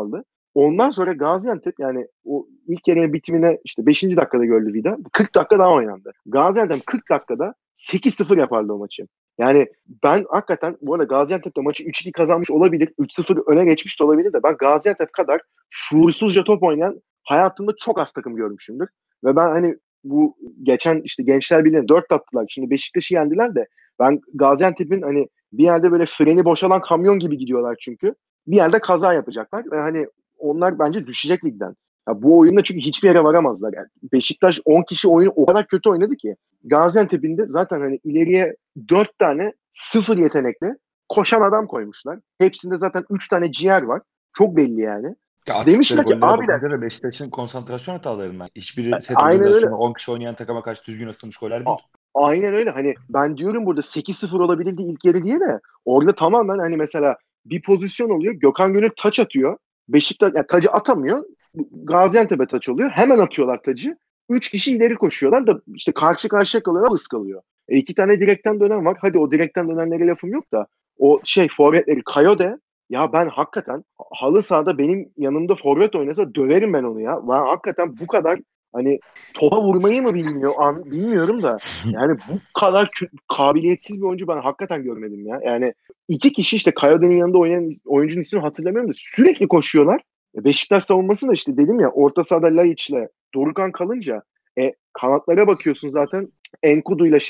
ondan sonra Gaziantep yani o ilk yarının bitimine işte 5. dakikada gördü Vida. 40 dakika daha oynandı. Gaziantep 40 dakikada 8-0 yapardı o maçı. Yani ben hakikaten bu arada Gaziantep'te maçı 3-2 kazanmış olabilir. 3-0 öne geçmiş de olabilir de ben Gaziantep kadar şuursuzca top oynayan hayatımda çok az takım görmüşümdür. Ve ben hani bu geçen işte Gençler Birliği'ne 4 attılar. Şimdi Beşiktaş'ı yendiler de ben Gaziantep'in hani bir yerde böyle freni boşalan kamyon gibi gidiyorlar çünkü. Bir yerde kaza yapacaklar ve hani onlar bence düşecek ligden. Ya bu oyunda çünkü hiçbir yere varamazlar. Yani Beşiktaş 10 kişi oyunu o kadar kötü oynadı ki. Gaziantep'in de zaten hani ileriye 4 tane sıfır yetenekli koşan adam koymuşlar. Hepsinde zaten 3 tane ciğer var. Çok belli yani. Ya attıkları Demişler ki gollere abiler bakınca da Beşiktaş'ın konsantrasyon hatalarından. Hiçbiri set aynen öyle. organizasyonu 10 kişi oynayan takıma karşı düzgün atılmış goller A- değil. aynen öyle. Hani ben diyorum burada 8-0 olabilirdi ilk yarı diye de orada tamamen hani mesela bir pozisyon oluyor. Gökhan Gönül taç atıyor. Beşiktaş yani tacı atamıyor. Gaziantep'e taç oluyor. Hemen atıyorlar tacı. 3 kişi ileri koşuyorlar da işte karşı karşıya kalıyorlar ıskalıyor. 2 tane direkten dönen var. Hadi o direkten dönenlere lafım yok da o şey forvetleri Kayode ya ben hakikaten halı sahada benim yanımda forvet oynasa döverim ben onu ya. Ben hakikaten bu kadar hani topa vurmayı mı bilmiyor bilmiyorum da yani bu kadar kabiliyetsiz bir oyuncu ben hakikaten görmedim ya. Yani 2 kişi işte Kayade'nin yanında oynayan oyuncunun ismini hatırlamıyorum da sürekli koşuyorlar. Beşiktaş savunması da işte dedim ya orta sahada Laiç'le Dorukhan kalınca kanatlara bakıyorsun zaten Enkudu'yla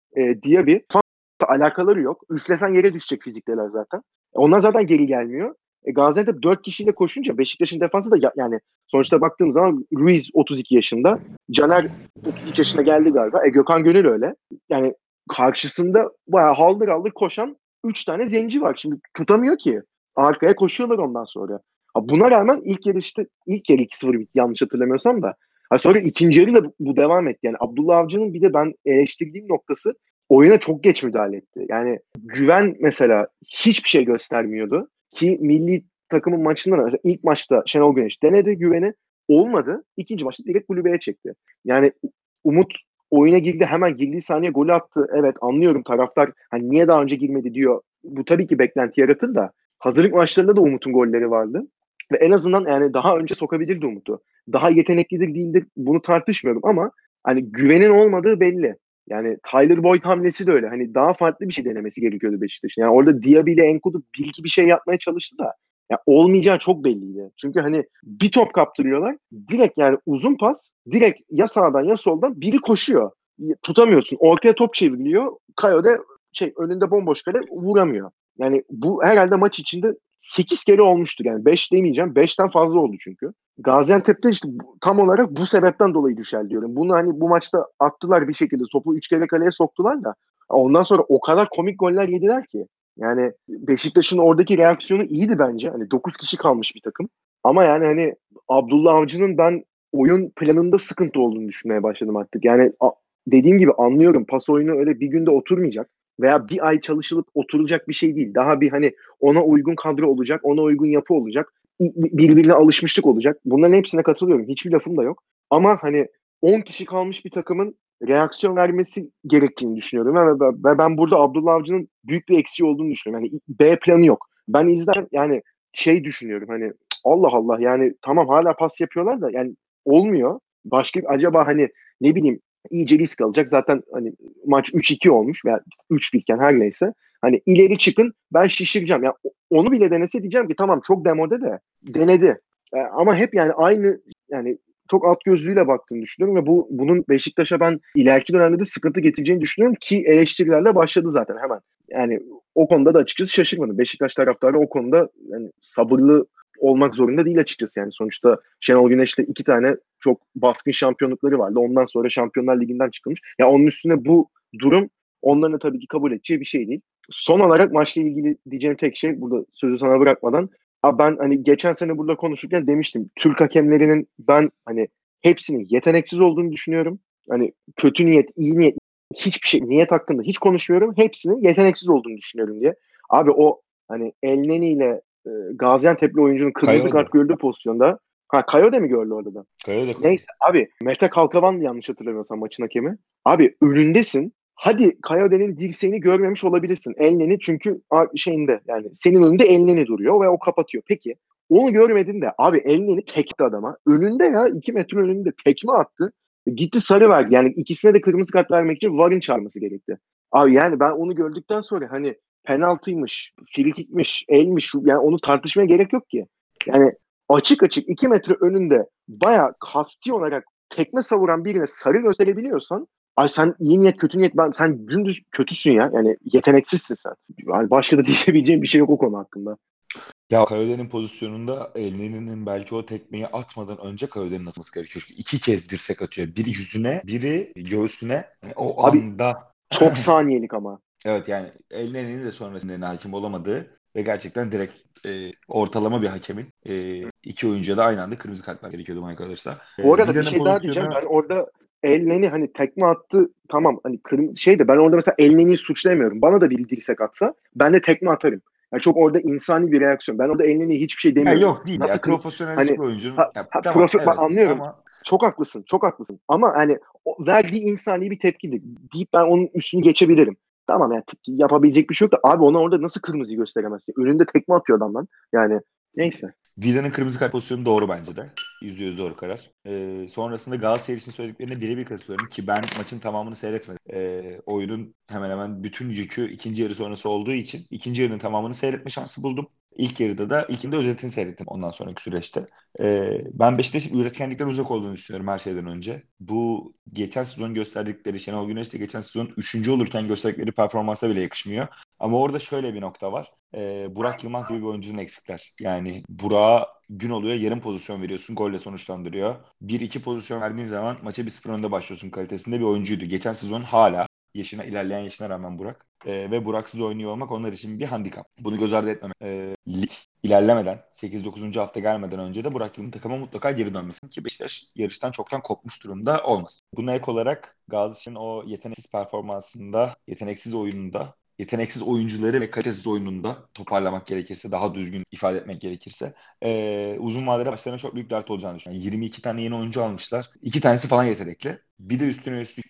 Diaby tam alakaları yok. Üflesen yere düşecek fizikteler zaten. Onlar zaten geri gelmiyor. Gaziantep 4 kişiyle koşunca Beşiktaş'ın defansı da yani sonuçta baktığımız zaman Ruiz 32 yaşında. Caner 33 yaşına geldi galiba. Gökhan Gönül öyle. Yani karşısında bayağı haldır haldır koşan 3 tane zenci var. Şimdi tutamıyor ki. Arkaya koşuyorlar ondan sonra. Buna rağmen ilk yarı 2-0 bitti yanlış hatırlamıyorsam da. Sonra ikinci yarı da bu devam etti. Yani Abdullah Avcı'nın bir de ben eleştirdiğim noktası oyuna çok geç müdahale etti. Yani Güven mesela hiçbir şey göstermiyordu. Ki milli takımın maçında mesela ilk maçta Şenol Güneş denedi Güven'i. Olmadı. İkinci maçta direkt kulübeye çekti. Yani Umut oyuna girdi hemen girdiği saniye golü attı. Evet anlıyorum taraftar hani niye daha önce girmedi diyor. Bu tabii ki beklenti yaratır da hazırlık maçlarında da Umut'un golleri vardı. Ve en azından yani daha önce sokabilirdi Umut'u. Daha yeteneklidir değildir bunu tartışmıyorum ama hani güvenin olmadığı belli. Yani Tyler Boyd hamlesi de öyle. Hani daha farklı bir şey denemesi gerekiyordu Beşiktaş'ın. Yani orada Diaby ile Enkudu bir iki bir şey yapmaya çalıştı da ya olmayacağı çok belliydi. Çünkü hani bir top kaptırıyorlar. Direkt yani uzun pas. Direkt ya sağdan ya soldan biri koşuyor. Tutamıyorsun. Ortaya top çevriliyor. Kayo önünde bomboş kale vuramıyor. Yani bu herhalde maç içinde 8 kere olmuştur. Yani 5 demeyeceğim. 5'ten fazla oldu çünkü. Gaziantep'te işte tam olarak bu sebepten dolayı düşer diyorum. Bunu hani bu maçta attılar bir şekilde. Topu 3 kere kaleye soktular da. Ondan sonra o kadar komik goller yediler ki. Yani Beşiktaş'ın oradaki reaksiyonu iyiydi bence. Hani 9 kişi kalmış bir takım. Ama yani hani Abdullah Avcı'nın ben oyun planında sıkıntı olduğunu düşünmeye başladım artık. Yani dediğim gibi anlıyorum. Pas oyunu öyle bir günde oturmayacak. Veya bir ay çalışılıp oturacak bir şey değil. Daha bir hani ona uygun kadro olacak. Ona uygun yapı olacak. Birbirine alışmışlık olacak. Bunların hepsine katılıyorum. Hiçbir lafım da yok. Ama hani 10 kişi kalmış bir takımın reaksiyon vermesi gerektiğini düşünüyorum. Ve ben burada Abdullah Avcı'nın büyük bir eksiği olduğunu düşünüyorum. Yani B planı yok. Ben izler yani düşünüyorum hani Allah Allah yani tamam hala pas yapıyorlar da yani olmuyor. Başka acaba hani ne bileyim iyice risk alacak. Zaten hani maç 3-2 olmuş veya 3 bitken her neyse. Hani ileri çıkın ben şişireceğim. Yani onu bile denese diyeceğim ki tamam çok demode de denedi. Ama hep yani aynı yani çok alt gözlüğüyle baktığını düşünüyorum ve bunun Beşiktaş'a ben ileriki dönemde de sıkıntı getireceğini düşünüyorum ki eleştirilerle başladı zaten hemen. Yani o konuda da açıkçası şaşırmadım. Beşiktaş taraftarı o konuda yani sabırlı olmak zorunda değil açıkçası. Yani sonuçta Şenol Güneş'te 2 tane çok baskın şampiyonlukları vardı. Ondan sonra Şampiyonlar Ligi'nden çıkılmış. Ya onun üstüne bu durum onların da tabii ki kabul edeceği bir şey değil. Son olarak maçla ilgili diyeceğim tek şey burada sözü sana bırakmadan ben hani geçen sene burada konuşurken demiştim. Türk hakemlerinin ben hani hepsinin yeteneksiz olduğunu düşünüyorum. Hani kötü niyet, iyi niyet hiçbir şey niyet hakkında hiç konuşmuyorum. Hepsinin yeteneksiz olduğunu düşünüyorum diye. Abi o hani Elneni ile Gaziantep'li oyuncunun kırmızı Kayode. kart gördüğü pozisyonda Kayode mi gördü orada da? Kayode. Neyse abi Mete Kalkavan yanlış hatırlamıyorsam maçın hakemi. Abi önündesin. Hadi Kayode'nin dirseğini görmemiş olabilirsin. Elneni çünkü şeyinde yani senin önünde Elneni duruyor ve o kapatıyor. Peki Onu görmedin de abi elini tekti adama. Önünde ya 2 metre önünde tekme attı. Gitti sarı verdi. Yani ikisine de kırmızı kart vermek için VAR'ın çağırması gerekti. Abi yani ben onu gördükten sonra hani penaltıymış, frikikmiş, elmiş yani onu tartışmaya gerek yok ki. Yani açık açık 2 metre önünde bayağı kasti olarak tekme savuran birine sarı gösterebiliyorsan ay sen iyi niyet kötü niyet sen dümdüz kötüsün ya. Yani yeteneksizsin sen. Yani başka da diyebileceğim bir şey yok o konu hakkında. Ya Karaden'in pozisyonunda Elneni'nin belki o tekmeyi atmadan önce Karaden'in atması gerekiyor. Çünkü iki kez dirsek atıyor. Biri yüzüne, biri göğsüne. Yani o Abi anda çok saniyelik ama. evet yani Elneni'nin de sonrasında hakim olamadığı ve gerçekten direkt ortalama bir hakemin iki oyuncuya da aynı anda kırmızı kartlar gerekiyordu arkadaşlar. Bu arada bir Vida'nın şey daha diyeceğim. pozisyonu Ben orada Elneni hani tekme attı tamam hani kırmızı şey de ben orada mesela Elneni'yi suçlayamıyorum. Bana da biri dirsek atsa ben de tekme atarım. Yani çok orada insani bir reaksiyon. Ben orada Elneni'ye hiçbir şey ya demiyorum. yok değil ya Nasıl kır profesyonel hani hiçbir oyuncunun ya tamam ben evet anlıyorum. ama Çok haklısın. Çok haklısın. Ama hani o verdiği insani bir tepkidir. Deyip ben onun üstünü geçebilirim. Tamam yani yapabilecek bir şey yok da abi ona orada nasıl kırmızı gösteremezsin? Önünde tekme atıyor adam lan. Yani neyse. Vida'nın kırmızı kart pozisyonu doğru bence de. %100 doğru karar. Sonrasında Galatasaray için söylediklerine birebir katılıyorum ki ben maçın tamamını seyretmedim. Oyunun hemen hemen bütün yükü ikinci yarı sonrası olduğu için ikinci yarının tamamını seyretme şansı buldum. İlkinde özetini seyrettim ondan sonraki süreçte. Ben Beşiktaş'ın üretkenlikten uzak olduğunu düşünüyorum her şeyden önce. Bu geçen sezon gösterdikleri Şenol Güneş de geçen sezon 3. olurken gösterdikleri performansa bile yakışmıyor. Ama orada şöyle bir nokta var. Burak Yılmaz gibi bir oyuncunun eksikler. Yani Burak'a gün oluyor yarım pozisyon veriyorsun golle sonuçlandırıyor. Bir iki pozisyon verdiğin zaman maça 1-0 önde başlıyorsun kalitesinde bir oyuncuydu. Geçen sezon hala ilerleyen yaşına rağmen Burak. Ve Buraksız oynuyor olmak onlar için bir handikap. Bunu göz ardı etmemek. Lig ilerlemeden 8-9. hafta gelmeden önce de Burak Yılmaz'ın takıma mutlaka geri dönmesin ki Beşiktaş yarıştan çoktan kopmuş durumda olmasın. Buna ek olarak Galatasaray'ın o yeteneksiz performansında, yeteneksiz oyununda yeteneksiz oyuncuları ve kalitesiz oyununda toparlamak gerekirse, daha düzgün ifade etmek gerekirse uzun vadede başlarına çok büyük dert olacağını düşünüyorum. 22 tane yeni oyuncu almışlar. 2 tanesi falan yetenekli. Bir de üstüne üstlük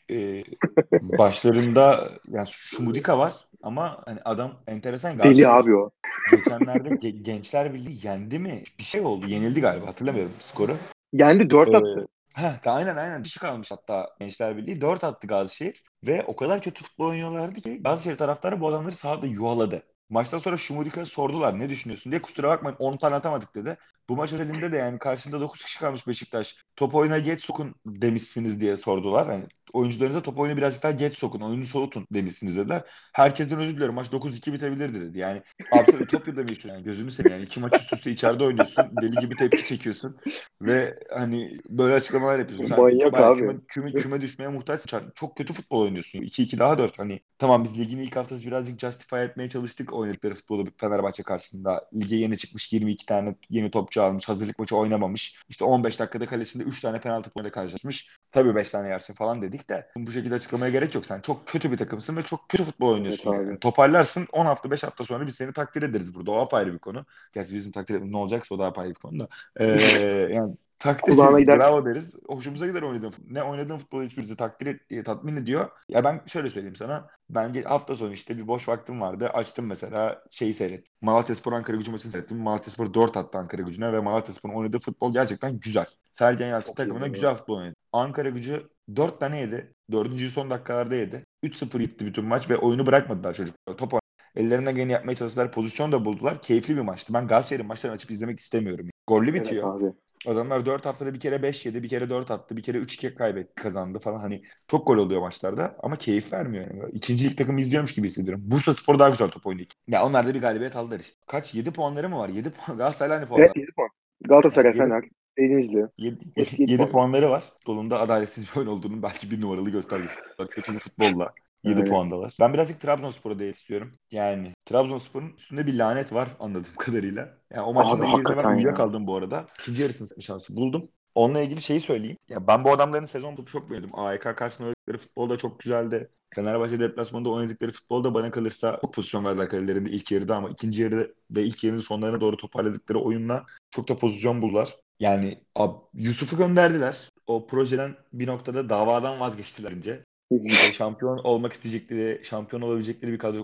başlarında yani Şumudika var ama hani adam enteresan Deli Galatasaray abi o. geçenlerde Gençler Birliği yendi mi? Bir şey oldu. Yenildi galiba. Hatırlamıyorum skoru. Yendi 4 Ee, attı. aynen. Bir şey kalmış hatta Gençler Birliği. 4 attı Gazişehir. Ve o kadar kötü futbol oynuyorlardı ki Gazişehir taraftarı bu adamları sahada yuvaladı. Maçtan sonra Şumudika'ya sordular ne düşünüyorsun diye. Kusura bakmayın 10 tane atamadık dedi. Bu maç özelinde de yani karşında 9 kişi kalmış Beşiktaş. Top oyuna geç sokun demişsiniz diye sordular. Hani oyuncularınıza top oyunu birazcık daha geç sokun. Oyunu soğutun demişsiniz dediler. Herkesten özür diliyorum. Maç 9-2 bitebilirdi dedi. Yani abi sen Ütopya'da mı yaşıyorsun? Yani gözünü seveyim. Yani iki maç üst üste içeride oynuyorsun. Deli gibi tepki çekiyorsun. Ve hani böyle açıklamalar yapıyorsun. Sen Manyak bayağı abi. küme düşmeye muhtaçsın. Çok kötü futbol oynuyorsun. 2-2 daha 4. Hani tamam biz ligin ilk haftası birazcık justify etmeye çalıştık oynadıkları futbolu Fenerbahçe karşısında. Lige yeni çıkmış 22 tane yeni topçu almış. Hazırlık maçı oynamamış. İşte 15 dakikada kalesinde 3 tane penaltı ile karşılaşmış. Tabii 5 tane yersin falan dedik de bu şekilde açıklamaya gerek yok. Sen çok kötü bir takımsın ve çok kötü futbol Evet oynuyorsun yani. abi. Toparlarsın 10 hafta 5 hafta sonra biz seni takdir ederiz burada. O apayrı bir konu. Gerçi bizim takdir etmemiz ne olacaksa o da apayrı bir konu da. Yani takdir Kulağına ederiz, gider. bravo deriz. Hoşumuza gider oynadığın. Ne oynadığın futbol hiçbirisi tatmin ediyor. Ya ben şöyle söyleyeyim sana. Ben hafta sonu işte bir boş vaktim vardı. Açtım mesela şeyi seyrettim. Malatyaspor Ankaragücü maçını seyrettim. Malatyaspor 4 attı Ankaragücü'ne ve Malatyaspor'un oynadığı futbol gerçekten güzel. Sergen Yalçın Çok iyi takımına bu. güzel futbol oynadı. Ankaragücü 4 tane yedi. Dördüncüyü son dakikalarda yedi. 3-0 gitti bütün maç ve oyunu bırakmadılar çocuklar. Ellerinden geleni yapmaya çalıştılar. Pozisyon da buldular. Keyifli bir maçtı. Ben Galatasaray'ın maçlarını açıp izlemek istemiyorum. Gollü Evet bitiyor. abi. Adamlar 4 haftada bir kere 5 yedi, bir kere 4 attı, bir kere 3-2 kaybetti, kazandı falan. Hani çok gol oluyor maçlarda ama keyif vermiyor yani. İkinci lig takımı izliyormuş gibi hissediyorum. Bursaspor daha güzel top oynuyor. Ya onlar da bir galibiyet aldılar işte. Kaç? 7 puanları mı var? 7 puan. Galatasaray'la aynı puanlar. Evet 7 puan. Yani Galatasaray, Fener, Denizli. 7, Hepsi 7 7 puan. puanları var. Futbolunda adaletsiz bir oyun olduğunun belki bir numaralı göstergesi. Kötü bir futbolla 7 Yani. puandalar. Ben birazcık Trabzonspor'a değinmek istiyorum. Yani Trabzonspor'un üstünde bir lanet var anladığım kadarıyla. Yani o maçın Abi da ilk yarısında ben hakikaten ya. uyuyakaldım bu arada. İkinci yarısını seçme şansı buldum. Onunla ilgili şeyi söyleyeyim. Ya ben bu adamların sezon topu çok beğendim. AEK karşısında oynadıkları futbol da çok güzeldi. Fenerbahçe deplasmanında oynadıkları futbol da bana kalırsa çok pozisyon verdiler kalelerinde ilk yarıda ama ikinci yarıda ve ilk yarının sonlarına doğru toparladıkları oyunla çok da pozisyon buldular. Yani Yusuf'u gönderdiler. O projeden bir noktada davadan vazgeçtiler önce. Şampiyon olmak isteyecekleri, şampiyon olabilecekleri bir kadro kurup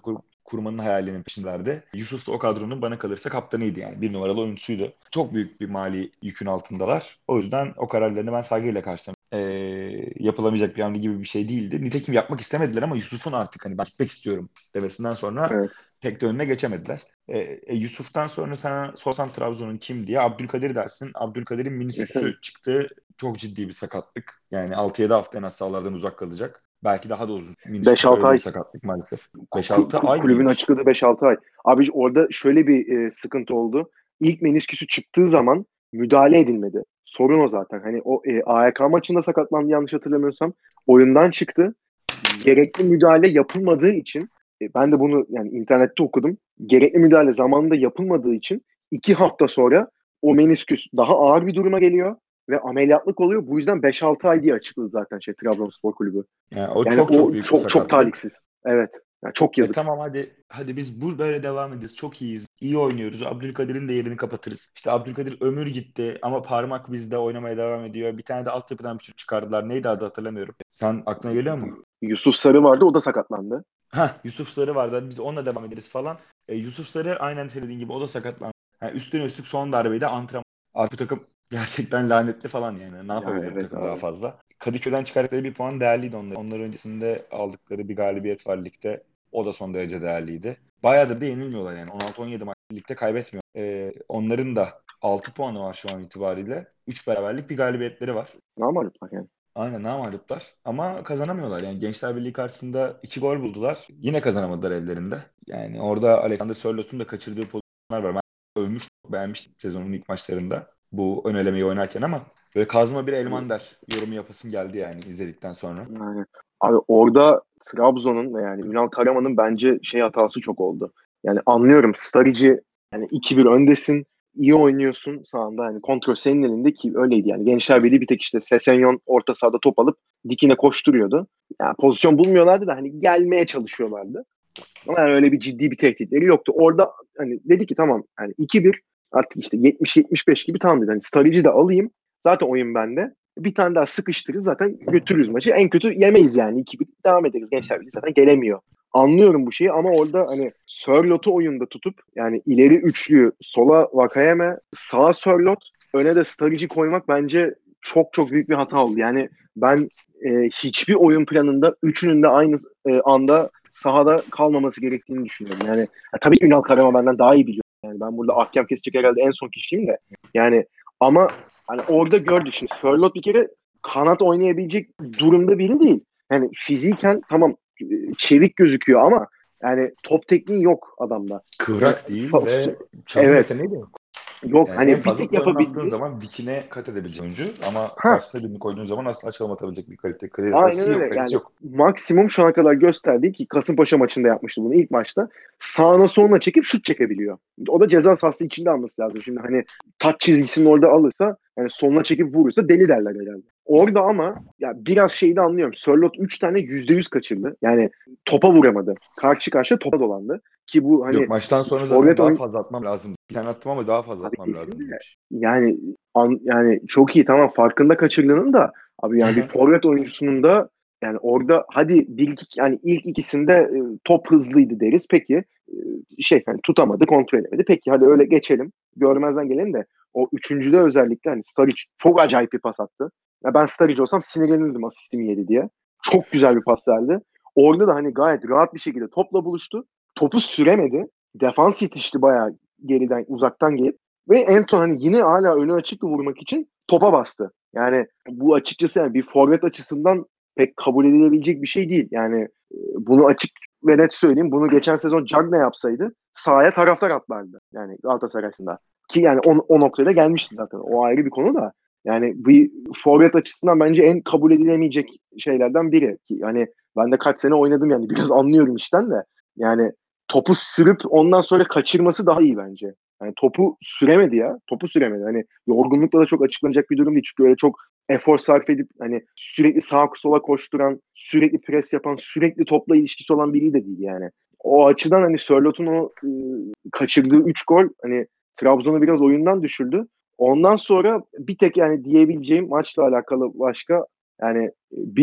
kurmanın hayalinin peşindelerdi. Yusuf da o kadronun bana kalırsa kaptanıydı yani. Bir numaralı oyuncusuydu. Çok büyük bir mali yükün altındalar. O yüzden o kararlarını ben saygıyla karşıladım. Yapılamayacak bir hamle gibi bir şey değildi. Nitekim yapmak istemediler ama Yusuf'un artık hani ben gitmek istiyorum demesinden sonra Evet. pek de önüne geçemediler. Yusuf'tan sonra sana sorsam Trabzon'un kim diye Abdülkadir dersin. Abdülkadir'in Tabii. minisküsü çıktı. Çok ciddi bir sakatlık. Yani 6-7 hafta en az sahalardan uzak kalacak. Belki daha da uzun. Minisküs 5-6 öyle bir ay. sakatlık maalesef. 5-6 ay Kulübün mıymış? açıkladığı 5-6 ay. Abi orada şöyle bir sıkıntı oldu. İlk menisküsü çıktığı zaman müdahale edilmedi. Sorun o zaten. Hani o AYK maçında sakatlandı yanlış hatırlamıyorsam. Oyundan çıktı. Gerekli müdahale yapılmadığı için ben de bunu yani internette okudum. Gerekli müdahale zamanında yapılmadığı için 2 hafta sonra o menisküs daha ağır bir duruma geliyor ve ameliyatlık oluyor. Bu yüzden 5-6 ay diye açıkladı zaten Trabzonspor Kulübü. Yani o Yani çok çok o büyük bir çok çok sakatlık. talihsiz. Evet. Yani çok yazık. Tamam hadi biz bu böyle devam ediyoruz. Çok iyiyiz. İyi oynuyoruz. Abdülkadir'in de yerini kapatırız. İşte Abdülkadir ömür gitti ama parmak bizde oynamaya devam ediyor. Bir tane de altyapıdan bir çocuk çıkardılar. Neydi adı hatırlamıyorum. Sen aklına geliyor mu? Yusuf Sarı vardı, o da sakatlandı. Yusuf Sarı vardı. Biz onunla devam ederiz falan. Yusuf Sarı aynen söylediğin gibi o da sakatlandı. Üstüne üstlük son darbeyi de antrenman. Artık bu takım gerçekten lanetli falan yani. Ne Ya yapabilir bu evet takım daha abi. fazla? Kadıköy'den çıkarttıkları bir puan değerliydi onlar. Onlar öncesinde aldıkları bir galibiyet var ligde. O da son derece değerliydi. Bayağıdır da yenilmiyorlar yani. 16-17 maç ligde kaybetmiyor. Onların da 6 puanı var şu an itibariyle. 3 beraberlik bir galibiyetleri var. Normal bak yani. Aynen namağluplar ama kazanamıyorlar. Yani Gençler Birliği karşısında 2 gol buldular. Yine kazanamadılar evlerinde. Yani orada Alexander Sörlot'un da kaçırdığı pozisyonlar var. Ben övmüştüm, beğenmiştim sezonun ilk maçlarında. Bu ön elemeyi oynarken ama böyle kazma bir Elmander yorumu yapasım geldi yani izledikten sonra. Yani, abi orada Trabzon'un ve yani Ünal Karaman'ın bence hatası çok oldu. Yani anlıyorum Staric'i yani 2-1 öndesin. İyi oynuyorsun sahanda. Yani kontrol senin elinde ki öyleydi yani. Gençler Birliği bir tek Sesenyon orta sahada top alıp dikine koşturuyordu. Yani pozisyon bulmuyorlardı da hani gelmeye çalışıyorlardı. Ama yani öyle bir ciddi bir tehditleri yoktu. Orada hani dedi ki tamam yani 2-1 artık 70-75 gibi tamam dedi. Hani Staric'i de alayım. Zaten oyun bende. Bir tane daha sıkıştırırız zaten götürürüz maçı. En kötü yemeyiz yani. 2-1 devam ederiz. Gençler Birliği zaten gelemiyor. Anlıyorum bu şeyi ama orada hani Sörlot'u oyunda tutup yani ileri üçlüyü sola Vakayeme, sağa Sörlot, öne de Staric'i koymak bence çok çok büyük bir hata oldu. Yani ben hiçbir oyun planında üçünün de aynı anda sahada kalmaması gerektiğini düşünüyorum. Yani tabii ki Ünal Karaman benden daha iyi biliyor. Yani ben burada ahkam kesecek herhalde en son kişiyim de. Yani ama hani orada gördük şimdi Sörloth bir kere kanat oynayabilecek durumda biri değil. Yani fiziken tamam çevik gözüküyor ama yani top tekniği yok adamda. Yani Kıvrak değil ve çalım evet yeteneği de yok. yok Yani en hani bir fazla tek oyunun attığın yapabildiği zaman dikine kat edebilecek oyuncu ama ha karşısına birini koyduğun zaman asla çalım atabilecek bir aynen kalitesi yok. öyle. Kalitesi Yani yok. maksimum şu ana kadar gösterdiği ki Kasımpaşa maçında yapmıştı bunu ilk maçta. Sağına soluna çekip şut çekebiliyor. O da ceza sahası içinde alması lazım. Şimdi hani taç çizgisini orada alırsa yani soluna çekip vurursa deli derler herhalde. Orada ama ya biraz şeyi de anlıyorum. Sörloth 3 tane %100 kaçırdı. Yani topa vuramadı. Karşı karşıya topa dolandı. Ki bu Yok hani maçtan sonra zaten forvet daha oyun fazla atmam lazım. Bir tane attım ama daha fazla abi atmam kesin lazım de demiş. yani yani çok iyi tamam farkında kaçırdığının da abi yani bir forvet oyuncusunun da yani orada hadi yani ilk ikisinde top hızlıydı deriz. Peki hani tutamadı, kontrol edemedi. Peki hadi öyle geçelim. Görmezden gelelim de o üçüncüde özellikle hani Staric çok acayip bir pas attı. Ya ben Staric olsam sinirlenirdim asistimi yedi diye. Çok güzel bir pas verdi. Orada da hani gayet rahat bir şekilde topla buluştu. Topu süremedi. Defans yetişti bayağı geriden, uzaktan gelip ve en son hani yine hala önü açık vurmak için topa bastı. Yani bu açıkçası yani bir forvet açısından pek kabul edilebilecek bir şey değil. Yani bunu açık ve net söyleyeyim. Bunu geçen sezon Cagne yapsaydı sahaya taraftar atlardı. Yani Galatasaray'ında. Ki yani o noktada gelmişti zaten. O ayrı bir konu da. Yani bir forvet açısından bence en kabul edilemeyecek şeylerden biri. Ki yani ben de kaç sene oynadım yani biraz anlıyorum işten de. Yani topu sürüp ondan sonra kaçırması daha iyi bence. Yani topu süremedi ya. Topu süremedi. Hani yorgunlukla da çok açıklanacak bir durum değil. Çünkü öyle çok efor sarf edip hani sürekli sağa sola koşturan, sürekli pres yapan, sürekli topla ilişkisi olan biri de değil yani. O açıdan hani Sörloth'un o kaçırdığı 3 gol hani Trabzon'u biraz oyundan düşürdü. Ondan sonra bir tek yani diyebileceğim maçla alakalı başka yani bir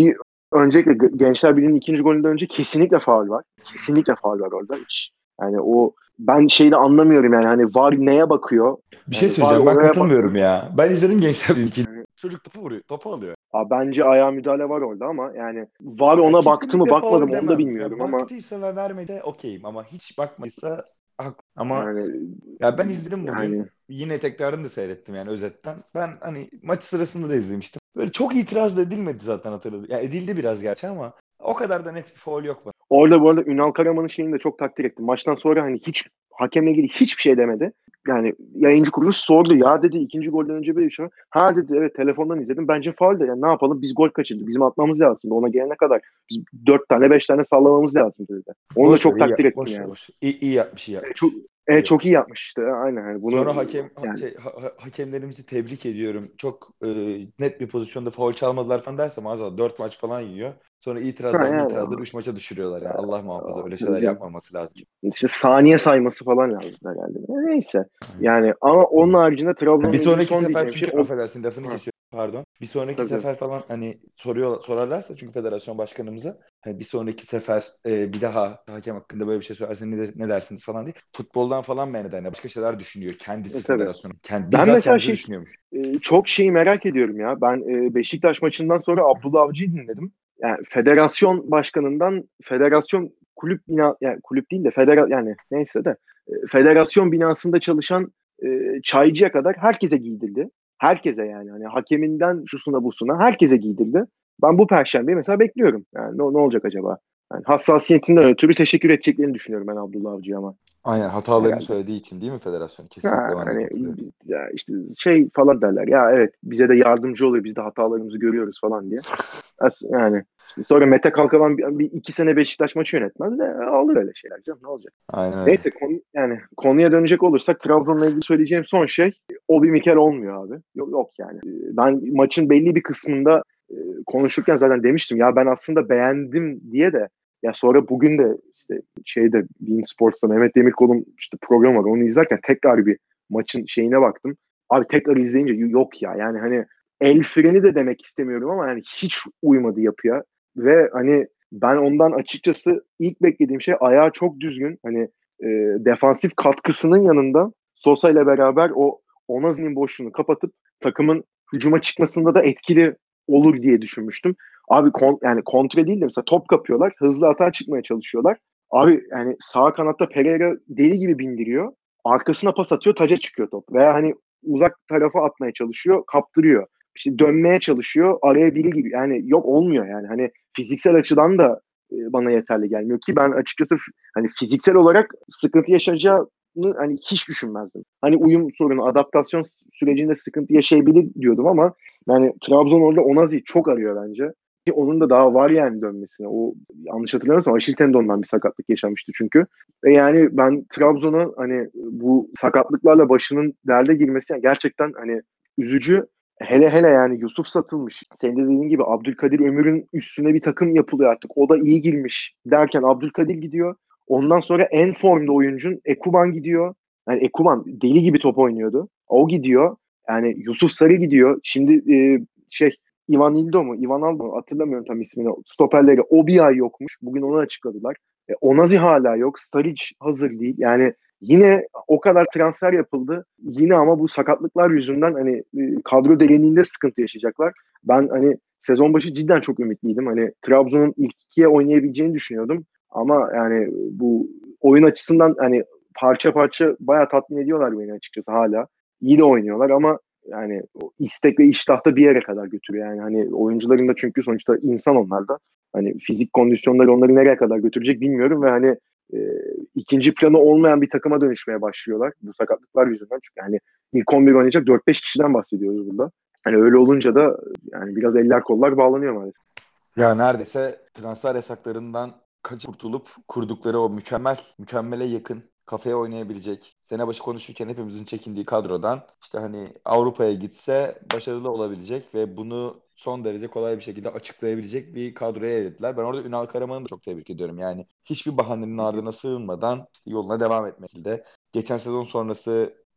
Öncelikle Gençler Birliği'nin ikinci golünden önce kesinlikle faul var. Kesinlikle faul var orada. Hiç. Yani o ben şeyi de anlamıyorum yani hani VAR neye bakıyor? Bir şey Yani VAR söyleyeceğim. Ben oraya katılmıyorum ya. Ben izledim Gençler Birliği. yani, Çocuk topu vuruyor. Topu alıyor. bence ayağa müdahale var orada ama yani VAR Ya ona baktı mı kesinlikle bakmadı faul mı onu da demem. Ya bilmiyorum ama baktıysa ve vermedi okeyim ama hiç bakmadıysa ama yani ya ben izledim bugün. yani Yine tekrarını da seyrettim yani özetten. Ben hani maç sırasında da izlemiştim. Böyle çok itiraz da edilmedi zaten hatırladım. Ya edildi biraz gerçi ama o kadar da net bir faul yok bana. orada bu arada Ünal Karaman'ın şeyini de çok takdir ettim. Maçtan sonra hani hiç hakemle ilgili hiçbir şey demedi. Yani yayıncı kuruluş sordu. Ya dedi ikinci golden önce böyle bir şey var. Ha dedi evet telefondan izledim. Bence faul de yani ne yapalım biz gol kaçırdık. Bizim atmamız lazım. Ona gelene kadar biz 4 tane 5 tane sallamamız lazım dedi. Onu da Boş ver çok iyi, takdir ettim boş ver, yani. boş ver. İyi yapmış, iyi Çok yapmış. İyi çok iyi yapmış. yapmış işte. Aynen hani bunu Sonra hakem yani hakemlerimizi tebrik ediyorum. Çok net bir pozisyonda faul çalmadılar falan derse maazallah 4 maç falan yiyor. Sonra ha yani itirazları 3 maça düşürüyorlar yani. Allah muhafaza öyle şeyler tabii canım. yapmaması lazım. İşte saniye sayması falan lazım herhalde. Neyse. Aynen. Yani ama onun haricinde Bir Trabzon'la ilgili sonraki son sefer diyeceğim şey çünkü o. affedersin lafını Ha, kesiyorum pardon. Bir sonraki tabii tabii. sefer falan hani sorarlarsa çünkü federasyon başkanımıza hani bir sonraki sefer bir daha hakem hakkında böyle bir şey söylersen ne dersiniz falan diye. Futboldan falan mı yani başka şeyler düşünüyor kendisi Tabii. federasyonu. Ben Bizzat mesela kendisi şey düşünüyormuş. çok şeyi merak ediyorum ya. Ben Beşiktaş maçından sonra Abdullah Avcı'yı dinledim. Yani federasyon başkanından federasyon kulüp bina yani kulüp değil de yani neyse de federasyon binasında çalışan çaycıya kadar herkese giydirdi. Herkese yani hani hakeminden şusuna busuna herkese giydirdi. Ben bu perşembeyi mesela bekliyorum. Yani ne olacak acaba? Yani hassasiyetinden ötürü teşekkür edeceklerini düşünüyorum ben Abdullah Avcı'ya ama Aynen hatalarını herhalde. söylediği için değil mi federasyon? Ha, Kesinlikle ben de hani katılıyorum. ya işte şey falan derler ya evet bize de yardımcı oluyor biz de hatalarımızı görüyoruz falan diye. Yani işte sonra Mete Kalkavan bir iki sene Beşiktaş maçı yönetmez de olur öyle şeyler canım ne olacak. Aynen öyle. Neyse yani konuya dönecek olursak Trabzon'la ilgili söyleyeceğim son şey Obi Mikel olmuyor abi. Yok, yok yani. Ben maçın belli bir kısmında e, konuşurken zaten demiştim ya ben aslında beğendim diye de ya sonra bugün de işte şeyde Bein Sports'ta Mehmet Demirkol'un işte programı var. Onu izlerken tekrar bir maçın şeyine baktım. Abi tekrar izleyince yok ya. Yani hani el freni de demek istemiyorum ama yani hiç uymadı yapıya. Ve hani ben ondan açıkçası ilk beklediğim şey ayağı çok düzgün. Hani e, defansif katkısının yanında Sosa ile beraber o Onazi'nin boşluğunu kapatıp takımın hücuma çıkmasında da etkili olur diye düşünmüştüm. Abi yani kontre değil de mesela top kapıyorlar. Hızlı atağa çıkmaya çalışıyorlar. Abi yani sağ kanatta Pereira deli gibi bindiriyor. Arkasına pas atıyor, taca çıkıyor top. Veya hani uzak tarafa atmaya çalışıyor, kaptırıyor. İşte dönmeye çalışıyor, araya biri gibi. Yani yok olmuyor yani. Hani fiziksel açıdan da bana yeterli gelmiyor ki ben açıkçası hani fiziksel olarak sıkıntı yaşayacağını hani hiç düşünmezdim. Hani uyum sorunu, adaptasyon sürecinde sıkıntı yaşayabilir diyordum ama yani Trabzon orada Onazi'yi çok arıyor bence. Ki onun da daha var yani dönmesine. O yanlış hatırlamıyorsam Aşil tendondan bir sakatlık yaşamıştı çünkü. Ve yani ben Trabzon'a hani bu sakatlıklarla başının derde girmesi yani gerçekten hani üzücü. Hele hele yani Yusuf satılmış. Senin de dediğin gibi Abdülkadir Ömür'ün üstüne bir takım yapılıyor artık. O da iyi girmiş derken Abdülkadir gidiyor. Ondan sonra en formda oyuncun Ekuban gidiyor. Yani Ekuban deli gibi top oynuyordu. O gidiyor. Yani Yusuf Sarı gidiyor. Şimdi şey Ivan Ildo mu? Ivan Aldo mu? Hatırlamıyorum tam ismini. Stoperleri o bir ay yokmuş. Bugün onu açıkladılar. Onazi hala yok. Staric hazır değil. Yani yine o kadar transfer yapıldı. Yine ama bu sakatlıklar yüzünden hani kadro derinliğinde sıkıntı yaşayacaklar. Ben hani sezon başı cidden çok ümitliydim. Hani Trabzon'un ilk ikiye oynayabileceğini düşünüyordum. Ama yani bu oyun açısından hani parça parça bayağı tatmin ediyorlar beni açıkçası hala. İyi de oynuyorlar ama yani o istek ve iştah da bir yere kadar götürüyor. Yani hani oyuncuların da çünkü sonuçta insan onlar da. Hani fizik kondisyonları onları nereye kadar götürecek bilmiyorum ve hani e, ikinci planı olmayan bir takıma dönüşmeye başlıyorlar bu sakatlıklar yüzünden. Çünkü hani ilk 11 oynayacak 4-5 kişiden bahsediyoruz burada. Hani öyle olunca da yani biraz eller kollar bağlanıyor maalesef. Ya neredeyse transfer yasaklarından kaçıp kurtulup kurdukları o mükemmele yakın kafaya oynayabilecek. Sene başı konuşurken hepimizin çekindiği kadrodan işte hani Avrupa'ya gitse başarılı olabilecek ve bunu son derece kolay bir şekilde açıklayabilecek bir kadroya elediler. Ben orada Ünal Karaman'ı da çok tebrik ediyorum. Yani hiçbir bahanenin ardına sığınmadan işte yoluna devam etmekte. Geçen sezon sonrası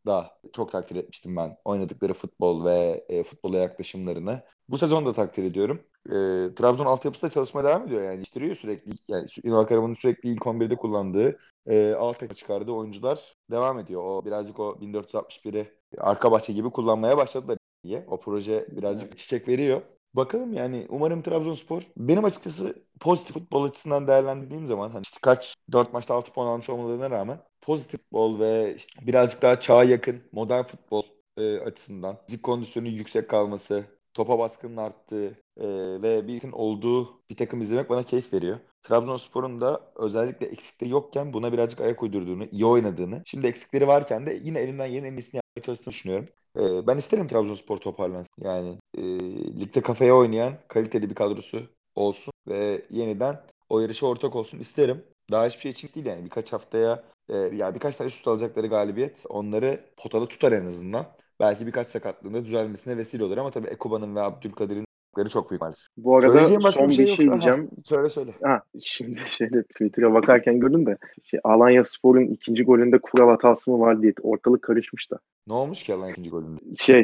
da çok takdir etmiştim ben. Oynadıkları futbol ve futbola yaklaşımlarını. Bu sezon da takdir ediyorum. Trabzon altyapısı da çalışmaya devam ediyor yani. İstiriyor sürekli. Yani Ünal Karaman'ın sürekli ilk 11'de kullandığı alt takım çıkardığı oyuncular devam ediyor. O birazcık o 1461'i arka bahçe gibi kullanmaya başladılar diye. O proje birazcık çiçek veriyor. Bakalım yani umarım Trabzonspor benim açıkçası pozitif futbol açısından değerlendirdiğim zaman hani işte 4 maçta 6 puan almış olmalarına rağmen pozitif futbol ve işte birazcık daha çağa yakın modern futbol açısından fizik kondisyonun yüksek kalması, topa baskının arttığı ve bir olduğu bir takım izlemek bana keyif veriyor. Trabzonspor'un da özellikle eksikleri yokken buna birazcık ayak uydurduğunu, iyi oynadığını, şimdi eksikleri varken de yine elinden gelen en iyisini yapmaya çalıştığını düşünüyorum. Ben isterim Trabzonspor toparlansın. Yani ligde kafaya oynayan kaliteli bir kadrosu olsun ve yeniden o yarışa ortak olsun isterim. Daha hiçbir şey için değil yani birkaç haftaya ya birkaç tane üst üste alacakları galibiyet onları potada tutar en azından. Belki birkaç sakatlığında düzelmesine vesile olur ama tabii Ekuba'nın ve Abdülkadir'in çok büyük maalesef. Bu arada Söyleyeceğim başka bir son bir şey şey yoksa diyeceğim. söyle söyle. Ha, şimdi Twitter'a bakarken gördüm de Alanyaspor'un ikinci golünde kural hatası mı var diye ortalık karışmış da. Ne olmuş ki Allah'ın ikinci golünde?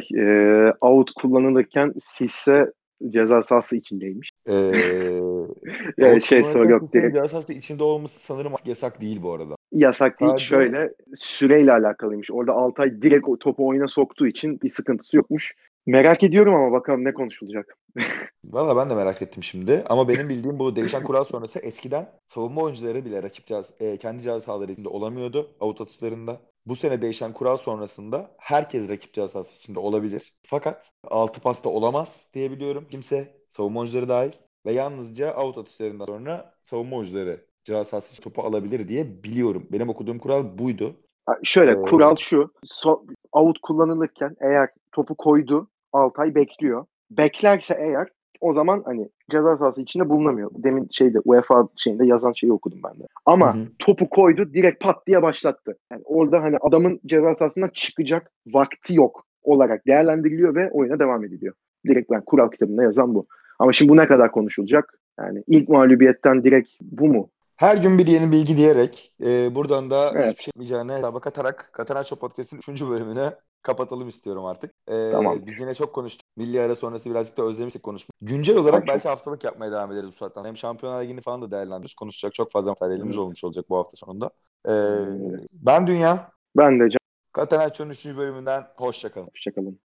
Out kullanılırken Sisse ceza sahası içindeymiş. Ee, Yani Out şey soru kullanırken yok sistemin direkt. ceza sahası içinde olması sanırım yasak değil bu arada. Yasak değil. Sadece Şöyle süreyle alakalıymış. Orada Altay direkt o topu oyuna soktuğu için bir sıkıntısı yokmuş. Merak ediyorum ama bakalım ne konuşulacak. valla ben de merak ettim şimdi. Ama benim bildiğim bu değişen kural sonrası eskiden savunma oyuncuları bile kendi ceza sahaları içinde olamıyordu out atışlarında. Bu sene değişen kural sonrasında herkes rakip ceza sahası içinde olabilir. Fakat altı pasta olamaz diyebiliyorum. Kimse savunma oyuncuları dahil ve yalnızca out atışlarından sonra savunma oyuncuları ceza sahası içinde topu alabilir diye biliyorum. Benim okuduğum kural buydu. Ee, Şöyle kural şu. Out kullanılırken eğer topu koydu Altay bekliyor. Beklerse eğer o zaman hani ceza sahası içinde bulunamıyor. Demin UEFA şeyinde yazan şeyi okudum ben de. hı Ama hı. topu koydu direkt pat diye başlattı. Yani orada hani adamın ceza sahasından çıkacak vakti yok olarak değerlendiriliyor ve oyuna devam ediliyor. Direkt ben kural kitabında yazan bu. Ama şimdi bu ne kadar konuşulacak? Yani ilk mağlubiyetten direkt bu mu? Her gün bir yeni bilgi diyerek buradan da hiçbir Evet. şey yapmayacağını hesaba katarak Katanaço Podcast'in 3. bölümünü kapatalım istiyorum artık. Biz Tamamdır. yine çok konuştuk. Milli ara sonrası birazcık da özlemiştik konuşmayı. Güncel olarak Çok. belki haftalık yapmaya devam ederiz bu saatten. Hem Şampiyonlar Ligi'ni falan da değerlendiriyoruz. Konuşacak çok fazla materyalimiz Evet. olmuş olacak bu hafta sonunda. Aynen öyle. Ben Dünya. Ben de. Katanaço'nun 3. bölümünden hoşça kalın. Hoşçakalın.